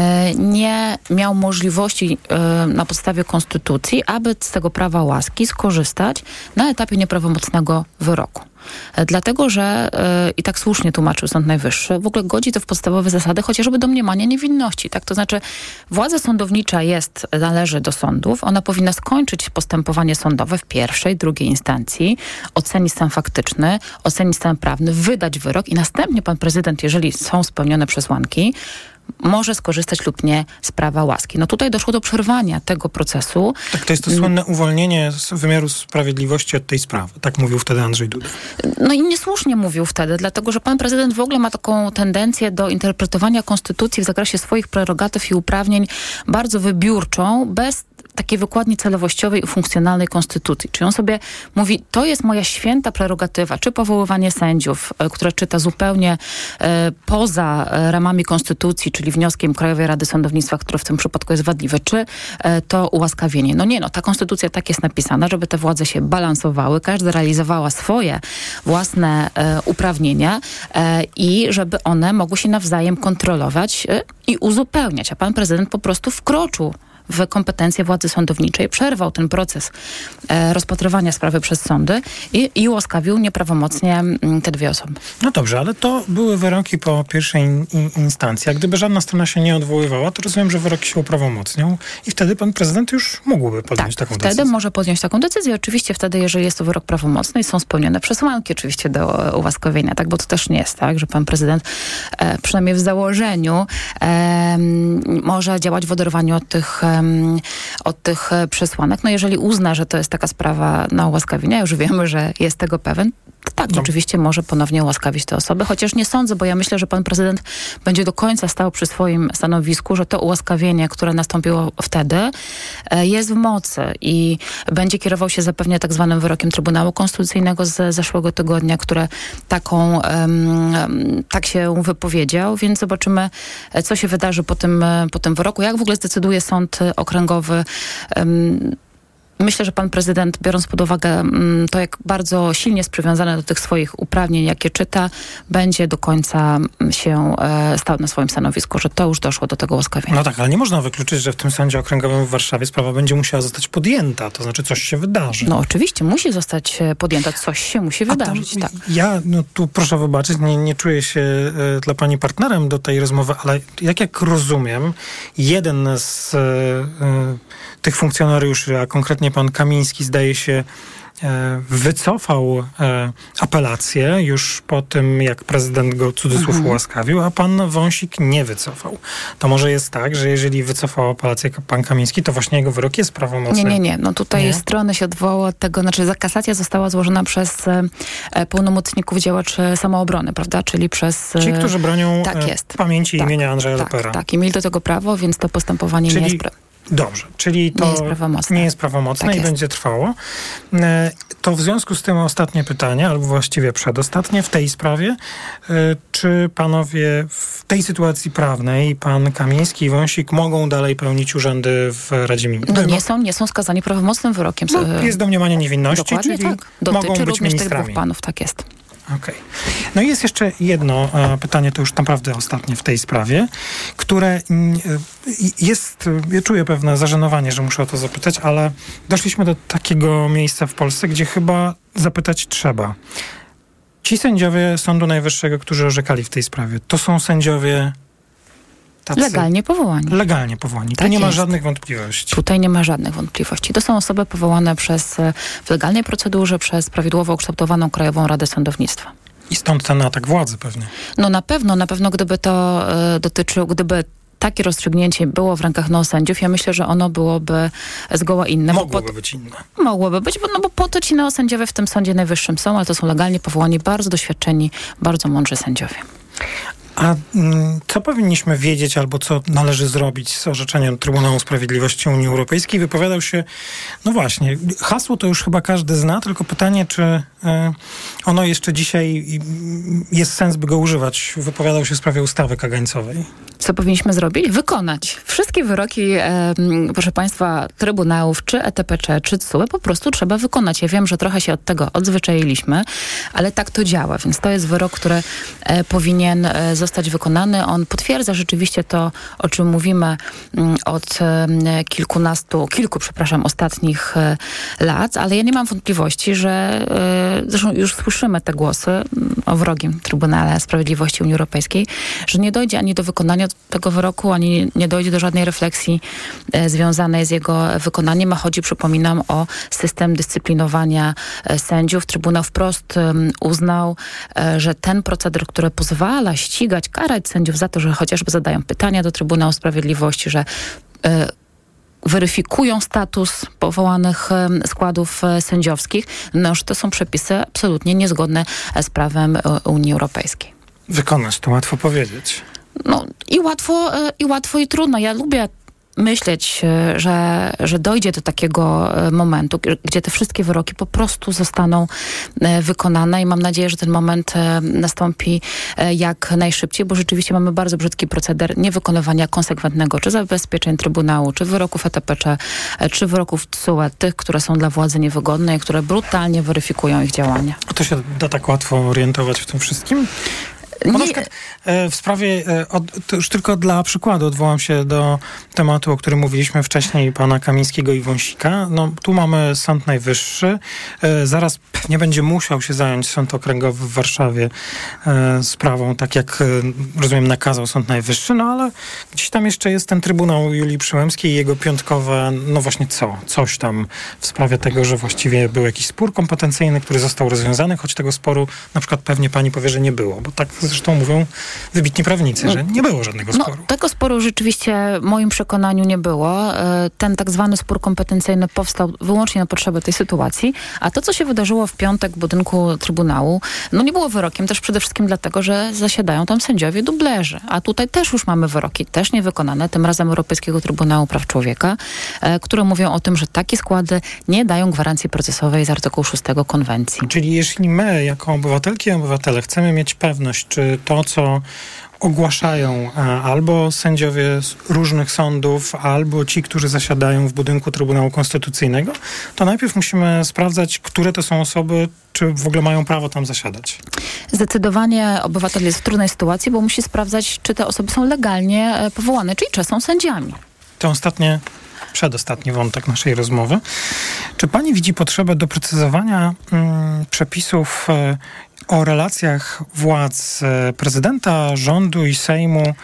nie miał możliwości na podstawie konstytucji, aby z tego prawa łaski skorzystać na etapie nieprawomocnego wyroku. Dlatego, że i tak słusznie tłumaczył Sąd Najwyższy, w ogóle godzi to w podstawowe zasady chociażby domniemania niewinności. Tak? To znaczy władza sądownicza jest, należy do sądów, ona powinna skończyć postępowanie sądowe w pierwszej, drugiej instancji, ocenić stan faktyczny, ocenić stan prawny, wydać wyrok i następnie pan prezydent, jeżeli są spełnione przesłanki, może skorzystać lub nie z prawa łaski. No tutaj doszło do przerwania tego procesu. Tak, to jest to słynne uwolnienie z wymiaru sprawiedliwości od tej sprawy. Tak mówił wtedy Andrzej Duda. No i niesłusznie mówił wtedy, dlatego że pan prezydent w ogóle ma taką tendencję do interpretowania konstytucji w zakresie swoich prerogatyw i uprawnień bardzo wybiórczą, bez takiej wykładni celowościowej i funkcjonalnej konstytucji. Czyli on sobie mówi, to jest moja święta prerogatywa, czy powoływanie sędziów, które czyta zupełnie e, poza ramami konstytucji, czyli wnioskiem Krajowej Rady Sądownictwa, który w tym przypadku jest wadliwy, czy e, to ułaskawienie. No nie, no ta konstytucja tak jest napisana, żeby te władze się balansowały, każda realizowała swoje własne e, uprawnienia e, i żeby one mogły się nawzajem kontrolować e, i uzupełniać. A pan prezydent po prostu wkroczył w kompetencje władzy sądowniczej, przerwał ten proces e, rozpatrywania sprawy przez sądy i, i ułaskawił nieprawomocnie m, te dwie osoby. No dobrze, ale to były wyroki po pierwszej in, in, instancji. A gdyby żadna strona się nie odwoływała, to rozumiem, że wyroki się uprawomocnią i wtedy pan prezydent już mógłby podjąć tak, taką wtedy decyzję. może podjąć taką decyzję. Oczywiście wtedy, jeżeli jest to wyrok prawomocny i są spełnione przesłanki oczywiście do e, ułaskawienia, tak, bo to też nie jest tak, że pan prezydent e, przynajmniej w założeniu e, może działać w oderwaniu od tych od tych przesłanek. No jeżeli uzna, że to jest taka sprawa na ułaskawienia, już wiemy, że jest tego pewien, to tak, no. Oczywiście może ponownie ułaskawić te osoby, chociaż nie sądzę, bo ja myślę, że pan prezydent będzie do końca stał przy swoim stanowisku, że to ułaskawienie, które nastąpiło wtedy, jest w mocy i będzie kierował się zapewne tak zwanym wyrokiem Trybunału Konstytucyjnego z zeszłego tygodnia, które taką, um, tak się wypowiedział, więc zobaczymy, co się wydarzy po tym, po tym wyroku, jak w ogóle zdecyduje sąd okręgowy. Um, Myślę, że pan prezydent, biorąc pod uwagę to, jak bardzo silnie jest przywiązany do tych swoich uprawnień, jakie czyta, będzie do końca się stał na swoim stanowisku, że to już doszło do tego ułaskawienia. No tak, ale nie można wykluczyć, że w tym sądzie okręgowym w Warszawie sprawa będzie musiała zostać podjęta, to znaczy coś się wydarzy. No oczywiście, musi zostać podjęta, coś się musi wydarzyć, tak. Ja, no tu proszę wybaczyć, nie, nie czuję się e, dla pani partnerem do tej rozmowy, ale jak jak rozumiem, jeden z e, tych funkcjonariuszy, a konkretnie pan Kamiński, zdaje się, wycofał apelację już po tym, jak prezydent go cudzysłów mhm. ułaskawił, a pan Wąsik nie wycofał. To może jest tak, że jeżeli wycofał apelację pan Kamiński, to właśnie jego wyrok jest prawomocny? Nie, nie, nie. No tutaj nie? strony się odwołały od tego, znaczy kasacja została złożona przez e, pełnomocników działaczy samoobrony, prawda? Czyli przez... Ci, którzy bronią tak jest. pamięci tak, imienia Andrzeja tak, Lepera. Tak, i mieli do tego prawo, więc to postępowanie Czyli... nie jest... Pra- Dobrze, czyli to nie jest prawomocne, nie jest prawomocne tak i jest. Będzie trwało. To w związku z tym ostatnie pytanie, albo właściwie przedostatnie w tej sprawie. Czy panowie w tej sytuacji prawnej, pan Kamiński i Wąsik, mogą dalej pełnić urzędy w Radzie Ministrów? No nie są, nie są skazani prawomocnym wyrokiem. No, jest domniemanie niewinności, dokładnie czyli tak. Dotyczy mogą być również ministrami. tych dwóch panów, tak jest. Okej. Okay. No i jest jeszcze jedno e, pytanie, to już naprawdę ostatnie w tej sprawie, które y, jest, ja czuję pewne zażenowanie, że muszę o to zapytać, ale doszliśmy do takiego miejsca w Polsce, gdzie chyba zapytać trzeba. Ci sędziowie Sądu Najwyższego, którzy orzekali w tej sprawie, to są sędziowie tacy legalnie powołani. Legalnie powołani. Tak tu nie jest. ma żadnych wątpliwości. Tutaj nie ma żadnych wątpliwości. To są osoby powołane przez, w legalnej procedurze przez prawidłowo ukształtowaną Krajową Radę Sądownictwa. I stąd ten atak władzy pewnie. No na pewno, na pewno gdyby to y, dotyczyło, gdyby takie rozstrzygnięcie było w rękach neosędziów, ja myślę, że ono byłoby zgoła inne. Mogłoby po, być inne. Mogłoby być, bo, no bo po to ci neosędziowie w tym Sądzie Najwyższym są, ale to są legalnie powołani, bardzo doświadczeni, bardzo mądrzy sędziowie. A mm, co powinniśmy wiedzieć albo co należy zrobić z orzeczeniem Trybunału Sprawiedliwości Unii Europejskiej? Wypowiadał się, no właśnie, hasło to już chyba każdy zna, tylko pytanie, czy y, ono jeszcze dzisiaj y, jest sens, by go używać. Wypowiadał się w sprawie ustawy kagańcowej. Co powinniśmy zrobić? Wykonać. Wszystkie wyroki, e, proszę Państwa, Trybunałów, czy E T P C, czy T S U E po prostu trzeba wykonać. Ja wiem, że trochę się od tego odzwyczailiśmy, ale tak to działa, więc to jest wyrok, który e, powinien e, zostać wykonany. On potwierdza rzeczywiście to, o czym mówimy m, od e, kilkunastu, kilku, przepraszam, ostatnich e, lat, ale ja nie mam wątpliwości, że e, zresztą już słyszymy te głosy m, o wrogim Trybunale Sprawiedliwości Unii Europejskiej, że nie dojdzie ani do wykonania tego wyroku, ani nie dojdzie do żadnej refleksji e, związanej z jego wykonaniem, a chodzi, przypominam, o system dyscyplinowania e, sędziów. Trybunał wprost e, uznał, e, że ten proceder, który pozwala ścigać, karać sędziów za to, że chociażby zadają pytania do Trybunału Sprawiedliwości, że e, weryfikują status powołanych e, składów e, sędziowskich, no że to są przepisy absolutnie niezgodne z prawem e, Unii Europejskiej. Wykonać, to łatwo powiedzieć. No i łatwo, i łatwo i trudno. Ja lubię myśleć, że, że dojdzie do takiego momentu, gdzie te wszystkie wyroki po prostu zostaną wykonane i mam nadzieję, że ten moment nastąpi jak najszybciej, bo rzeczywiście mamy bardzo brzydki proceder niewykonywania konsekwentnego czy zabezpieczeń Trybunału, czy wyroków E T P C, czy wyroków T S U E, tych, które są dla władzy niewygodne i które brutalnie weryfikują ich działania. A to się da tak łatwo orientować w tym wszystkim? Bo na przykład e, w sprawie, e, od, to już tylko dla przykładu odwołam się do tematu, o którym mówiliśmy wcześniej, pana Kamińskiego i Wąsika. No, tu mamy Sąd Najwyższy. E, zaraz pewnie będzie musiał się zająć Sąd Okręgowy w Warszawie e, sprawą, tak jak e, rozumiem nakazał Sąd Najwyższy, no ale gdzieś tam jeszcze jest ten Trybunał Julii Przyłębskiej i jego piątkowe, no właśnie co? Coś tam w sprawie tego, że właściwie był jakiś spór kompetencyjny, który został rozwiązany, choć tego sporu na przykład pewnie pani powie, że nie było, bo tak zresztą mówią wybitni prawnicy, że nie było żadnego sporu. No, tego sporu rzeczywiście w moim przekonaniu nie było. Ten tak zwany spór kompetencyjny powstał wyłącznie na potrzeby tej sytuacji, a to, co się wydarzyło w piątek w budynku Trybunału, no nie było wyrokiem też przede wszystkim dlatego, że zasiadają tam sędziowie dublerzy, a tutaj też już mamy wyroki, też niewykonane, tym razem Europejskiego Trybunału Praw Człowieka, które mówią o tym, że takie składy nie dają gwarancji procesowej z artykułu szóstego konwencji. Czyli jeśli my, jako obywatelki i obywatele, chcemy mieć pewność, czy to, co ogłaszają albo sędziowie z różnych sądów, albo ci, którzy zasiadają w budynku Trybunału Konstytucyjnego, to najpierw musimy sprawdzać, które to są osoby, czy w ogóle mają prawo tam zasiadać. Zdecydowanie obywatel jest w trudnej sytuacji, bo musi sprawdzać, czy te osoby są legalnie powołane, czyli czy są sędziami. To ostatnie, przedostatni wątek naszej rozmowy. Czy pani widzi potrzebę doprecyzowania mm, przepisów y, o relacjach władz prezydenta, rządu i Sejmu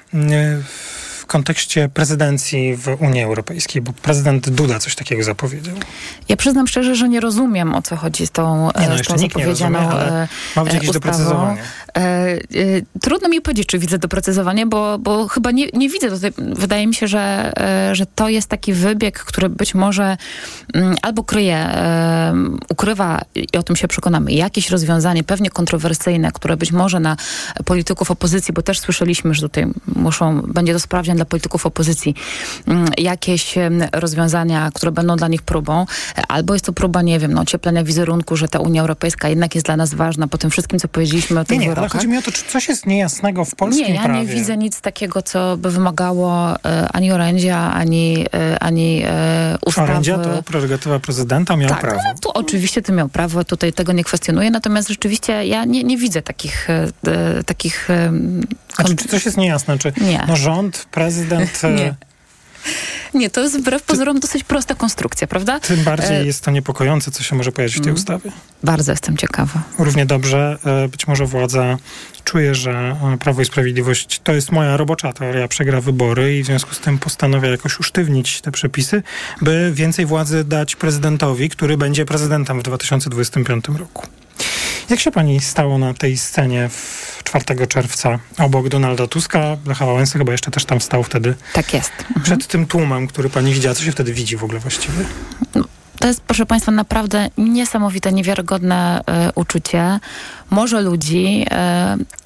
w kontekście prezydencji w Unii Europejskiej, bo prezydent Duda coś takiego zapowiedział. Ja przyznam szczerze, że nie rozumiem, o co chodzi z tą, nie, no, z tą zapowiedzianą rozumie, ale ma być jakieś ustawą. doprecyzowanie. Trudno mi powiedzieć, czy widzę doprecyzowanie, bo, bo chyba nie, nie widzę. Wydaje mi się, że, że to jest taki wybieg, który być może albo kryje, ukrywa, i o tym się przekonamy, jakieś rozwiązanie, pewnie kontrowersyjne, które być może na polityków opozycji, bo też słyszeliśmy, że tutaj muszą, będzie to sprawdzian dla polityków opozycji, jakieś rozwiązania, które będą dla nich próbą, albo jest to próba, nie wiem, no, ocieplenia wizerunku, że ta Unia Europejska jednak jest dla nas ważna po tym wszystkim, co powiedzieliśmy o tym nie, nie, wyrokach. Ale chodzi mi o to, czy coś jest niejasnego w polskim prawie. Nie, ja prawie. nie widzę nic takiego, co by wymagało e, ani orędzia, ani, e, ani e, ustawy. Orędzia to prerogatywa prezydenta, miał tak, prawo. Tak, tu oczywiście ty miał prawo, tutaj tego nie kwestionuję, natomiast rzeczywiście ja nie, nie widzę takich e, takich e, Znaczy, czy coś jest niejasne? Czy nie. No, rząd, prezydent... nie. Nie, to jest wbrew pozorom dosyć prosta konstrukcja, prawda? Tym bardziej e... jest to niepokojące, co się może pojawić w tej mm. ustawie. Bardzo jestem ciekawa. Równie dobrze być może władza czuje, że Prawo i Sprawiedliwość, to jest moja robocza teoria, przegra wybory i w związku z tym postanawia jakoś usztywnić te przepisy, by więcej władzy dać prezydentowi, który będzie prezydentem w dwa tysiące dwudziestym piątym roku. Jak się pani stało na tej scenie w czwartego czerwca obok Donalda Tuska? Lecha Wałęsy chyba jeszcze też tam stał wtedy. Tak jest. Mhm. Przed tym tłumem, który pani widziała. Co się wtedy widzi w ogóle właściwie? To jest, proszę państwa, naprawdę niesamowite, niewiarygodne e, uczucie. Morze ludzi. E,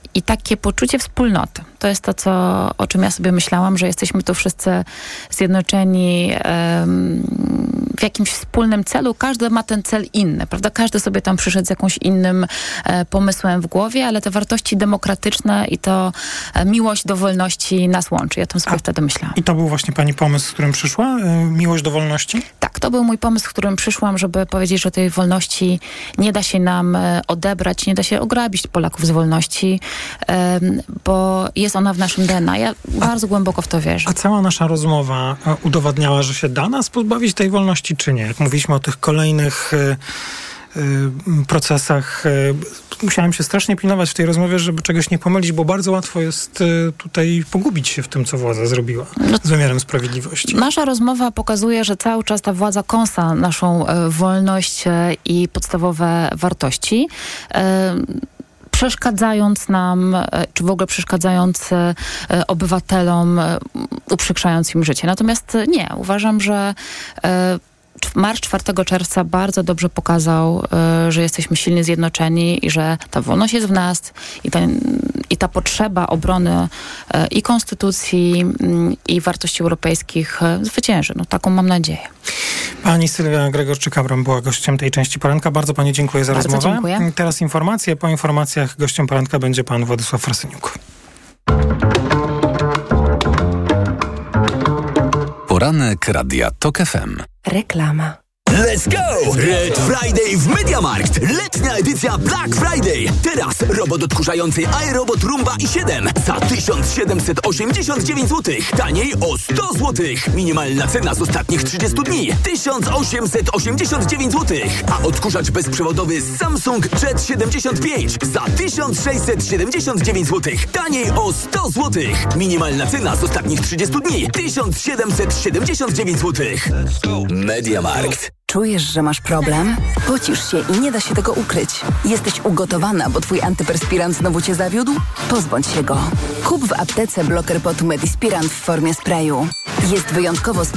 I takie poczucie wspólnoty. To jest to, co, o czym ja sobie myślałam, że jesteśmy tu wszyscy zjednoczeni um, w jakimś wspólnym celu. Każdy ma ten cel inny, prawda? Każdy sobie tam przyszedł z jakimś innym e, pomysłem w głowie, ale te wartości demokratyczne i to e, miłość do wolności nas łączy. Ja tam sobie A, wtedy myślałam. I to był właśnie pani pomysł, z którym przyszła? E, miłość do wolności? Tak, to był mój pomysł, z którym przyszłam, żeby powiedzieć, że tej wolności nie da się nam e, odebrać, nie da się ograbić Polaków z wolności, e, bo jest ona w naszym D N A. Ja a, bardzo głęboko w to wierzę. A cała nasza rozmowa udowadniała, że się da nas pozbawić tej wolności, czy nie? Jak mówiliśmy o tych kolejnych y, y, procesach, y, musiałem się strasznie pilnować w tej rozmowie, żeby czegoś nie pomylić, bo bardzo łatwo jest y, tutaj pogubić się w tym, co władza zrobiła no, z wymiarem sprawiedliwości. Nasza rozmowa pokazuje, że cały czas ta władza kąsa naszą y, wolność y, i podstawowe wartości. Y, przeszkadzając nam, czy w ogóle przeszkadzając obywatelom, uprzykrzając im życie. Natomiast nie, uważam, że marsz czwartego czerwca bardzo dobrze pokazał, że jesteśmy silnie zjednoczeni i że ta wolność jest w nas i ta, i ta potrzeba obrony i konstytucji, i wartości europejskich zwycięży. No, taką mam nadzieję. Pani Sylwia Gregorczyk-Abram była gościem tej części poranka. Bardzo pani dziękuję za Bardzo rozmowę. Dziękuję. Teraz informacje. Po informacjach gościem poranka będzie pan Władysław Frasyniuk. Poranek Radia Tok F M. Reklama. Let's go! Red Friday w MediaMarkt. Letnia edycja Black Friday. Teraz robot odkurzający iRobot Roomba i siedem za tysiąc siedemset osiemdziesiąt dziewięć złotych. Taniej o sto złotych. Minimalna cena z ostatnich trzydziestu dni. tysiąc osiemset osiemdziesiąt dziewięć złotych. A odkurzacz bezprzewodowy Samsung Jet siedemdziesiąt pięć za tysiąc sześćset siedemdziesiąt dziewięć złotych. Taniej o sto złotych. Minimalna cena z ostatnich trzydziestu dni. tysiąc siedemset siedemdziesiąt dziewięć złotych. MediaMarkt. Czujesz, że masz problem? Pocisz się i nie da się tego ukryć. Jesteś ugotowana, bo twój antyperspirant znowu cię zawiódł? Pozbądź się go. Kup w aptece bloker potu Medispirant w formie sprayu. Jest wyjątkowo